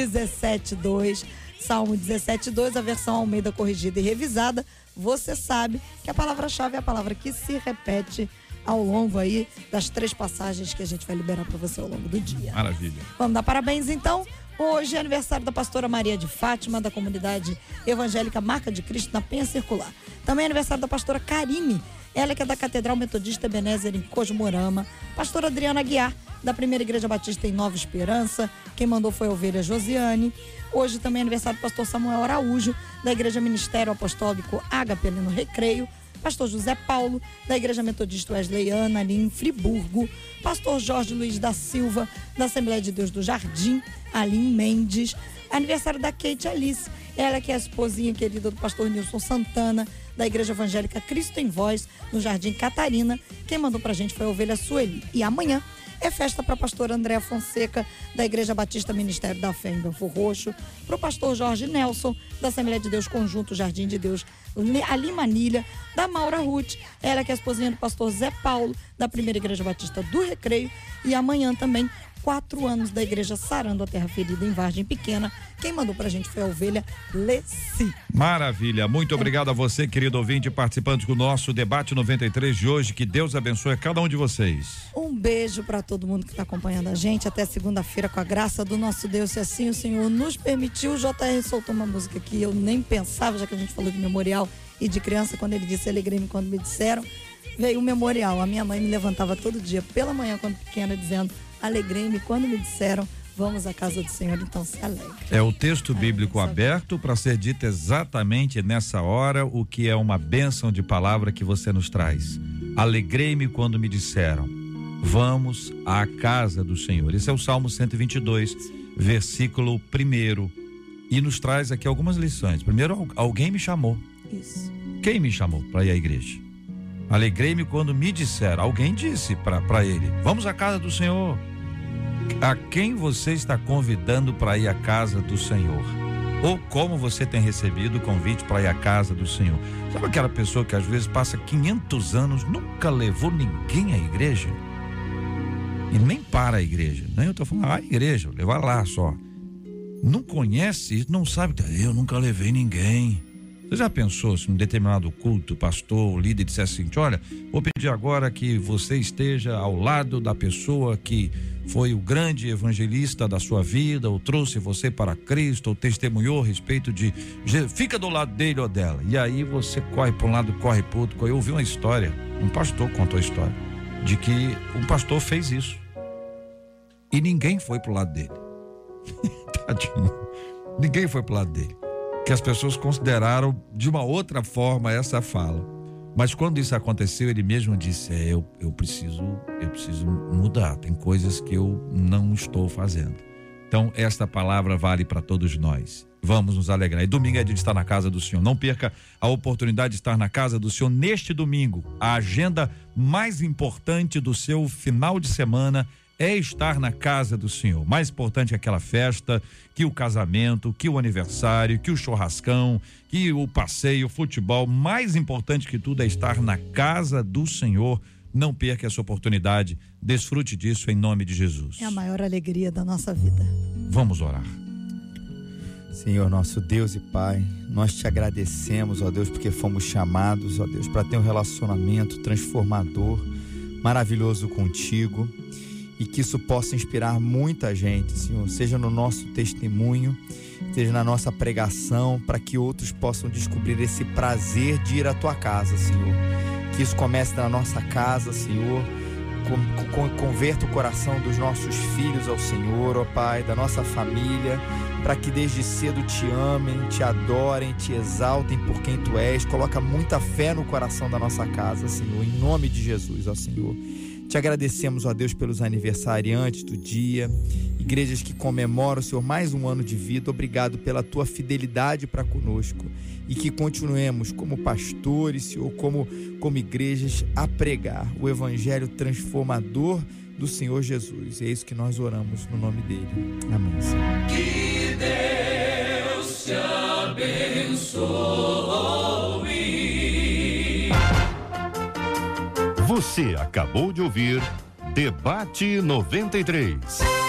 17:2. Salmo 17:2, a versão Almeida corrigida e revisada. Você sabe que a palavra-chave é a palavra que se repete ao longo aí das 3 passagens que a gente vai liberar para você ao longo do dia. Maravilha. Vamos dar parabéns então. Hoje é aniversário da pastora Maria de Fátima, da comunidade evangélica Marca de Cristo, na Penha Circular. Também é aniversário da pastora Karime, ela que é da Catedral Metodista Ebenezer em Cosmorama. Pastora Adriana Aguiar, da Primeira Igreja Batista em Nova Esperança. Quem mandou foi a ovelha Josiane. Hoje também é aniversário do pastor Samuel Araújo, da Igreja Ministério Apostólico Ágape no Recreio. Pastor José Paulo, da Igreja Metodista Wesleyana, ali em Friburgo. Pastor Jorge Luiz da Silva, da Assembleia de Deus do Jardim, ali em Mendes. Aniversário da Kate Alice, ela que é a esposinha querida do pastor Nilson Santana, da Igreja Evangélica Cristo em Voz, no Jardim Catarina. Quem mandou pra gente foi a ovelha Sueli. E amanhã é festa para a pastora Andréa Fonseca, da Igreja Batista Ministério da Fé em Belfor Roxo, para o pastor Jorge Nelson, da Assembleia de Deus Conjunto Jardim de Deus, ali em Manilha, da Maura Ruth, ela que é a esposinha do pastor Zé Paulo, da Primeira Igreja Batista do Recreio, e amanhã também 4 anos da Igreja Sarando a Terra Ferida em Vargem Pequena. Quem mandou pra gente foi a ovelha Leci. Maravilha, muito obrigado a você, querido ouvinte, participante do nosso debate 93 de hoje. Que Deus abençoe cada um de vocês. Um beijo para todo mundo que tá acompanhando a gente. Até segunda-feira, com a graça do nosso Deus, se assim o Senhor nos permitiu. O JR soltou uma música que eu nem pensava, já que a gente falou de memorial e de criança, quando ele disse alegrei-me quando me disseram. Veio o memorial. A minha mãe me levantava todo dia pela manhã, quando pequena, dizendo: alegrei-me quando me disseram, vamos à casa do Senhor, então se alegre. É o texto bíblico aberto para ser dito exatamente nessa hora o que é uma bênção de palavra que você nos traz. Alegrei-me quando me disseram, vamos à casa do Senhor. Esse é o Salmo 122, versículo 1. E nos traz aqui algumas lições. Primeiro, alguém me chamou. Isso. Quem me chamou para ir à igreja? Alegrei-me quando me disseram. Alguém disse para ele, vamos à casa do Senhor. A quem você está convidando para ir à casa do Senhor? Ou como você tem recebido o convite para ir à casa do Senhor? Sabe aquela pessoa que às vezes passa 500 anos, nunca levou ninguém à igreja? E nem para a igreja. Nem eu estou falando, a igreja, levar lá só. Não conhece, não sabe, eu nunca levei ninguém. Você já pensou se num determinado culto, o pastor, o líder dissesse assim, olha, vou pedir agora que você esteja ao lado da pessoa que foi o grande evangelista da sua vida, ou trouxe você para Cristo, ou testemunhou a respeito de Jesus, fica do lado dele ou dela. E aí você corre para um lado, corre para o outro. Eu ouvi uma história, um pastor contou a história, de que um pastor fez isso. E ninguém foi pro lado dele. Tadinho. Ninguém foi pro lado dele. Que as pessoas consideraram de uma outra forma essa fala. Mas quando isso aconteceu, ele mesmo disse, eu preciso mudar, tem coisas que eu não estou fazendo. Então esta palavra vale para todos nós. Vamos nos alegrar. E domingo é dia de estar na casa do Senhor. Não perca a oportunidade de estar na casa do Senhor neste domingo. A agenda mais importante do seu final de semana é estar na casa do Senhor. Mais importante é aquela festa, que o casamento, que o aniversário, que o churrascão, que o passeio, o futebol. Mais importante que tudo é estar na casa do Senhor. Não perca essa oportunidade. Desfrute disso em nome de Jesus. É a maior alegria da nossa vida. Vamos orar. Senhor, nosso Deus e Pai, nós te agradecemos, ó Deus, porque fomos chamados, ó Deus, para ter um relacionamento transformador, maravilhoso contigo, e que isso possa inspirar muita gente, Senhor, seja no nosso testemunho, seja na nossa pregação, para que outros possam descobrir esse prazer de ir à tua casa, Senhor. Que isso comece na nossa casa, Senhor. Converta o coração dos nossos filhos ao Senhor, ó Pai, da nossa família, para que desde cedo te amem, te adorem, te exaltem por quem tu és. Coloca muita fé no coração da nossa casa, Senhor, em nome de Jesus, ó Senhor. Te agradecemos, ó Deus, pelos aniversariantes do dia, igrejas que comemoram, Senhor, mais um ano de vida. Obrigado pela tua fidelidade para conosco, e que continuemos como pastores, Senhor, como igrejas, a pregar o evangelho transformador do Senhor Jesus. É isso que nós oramos no nome dele. Amém, Senhor. Que Deus te abençoe. Você acabou de ouvir Debate 93.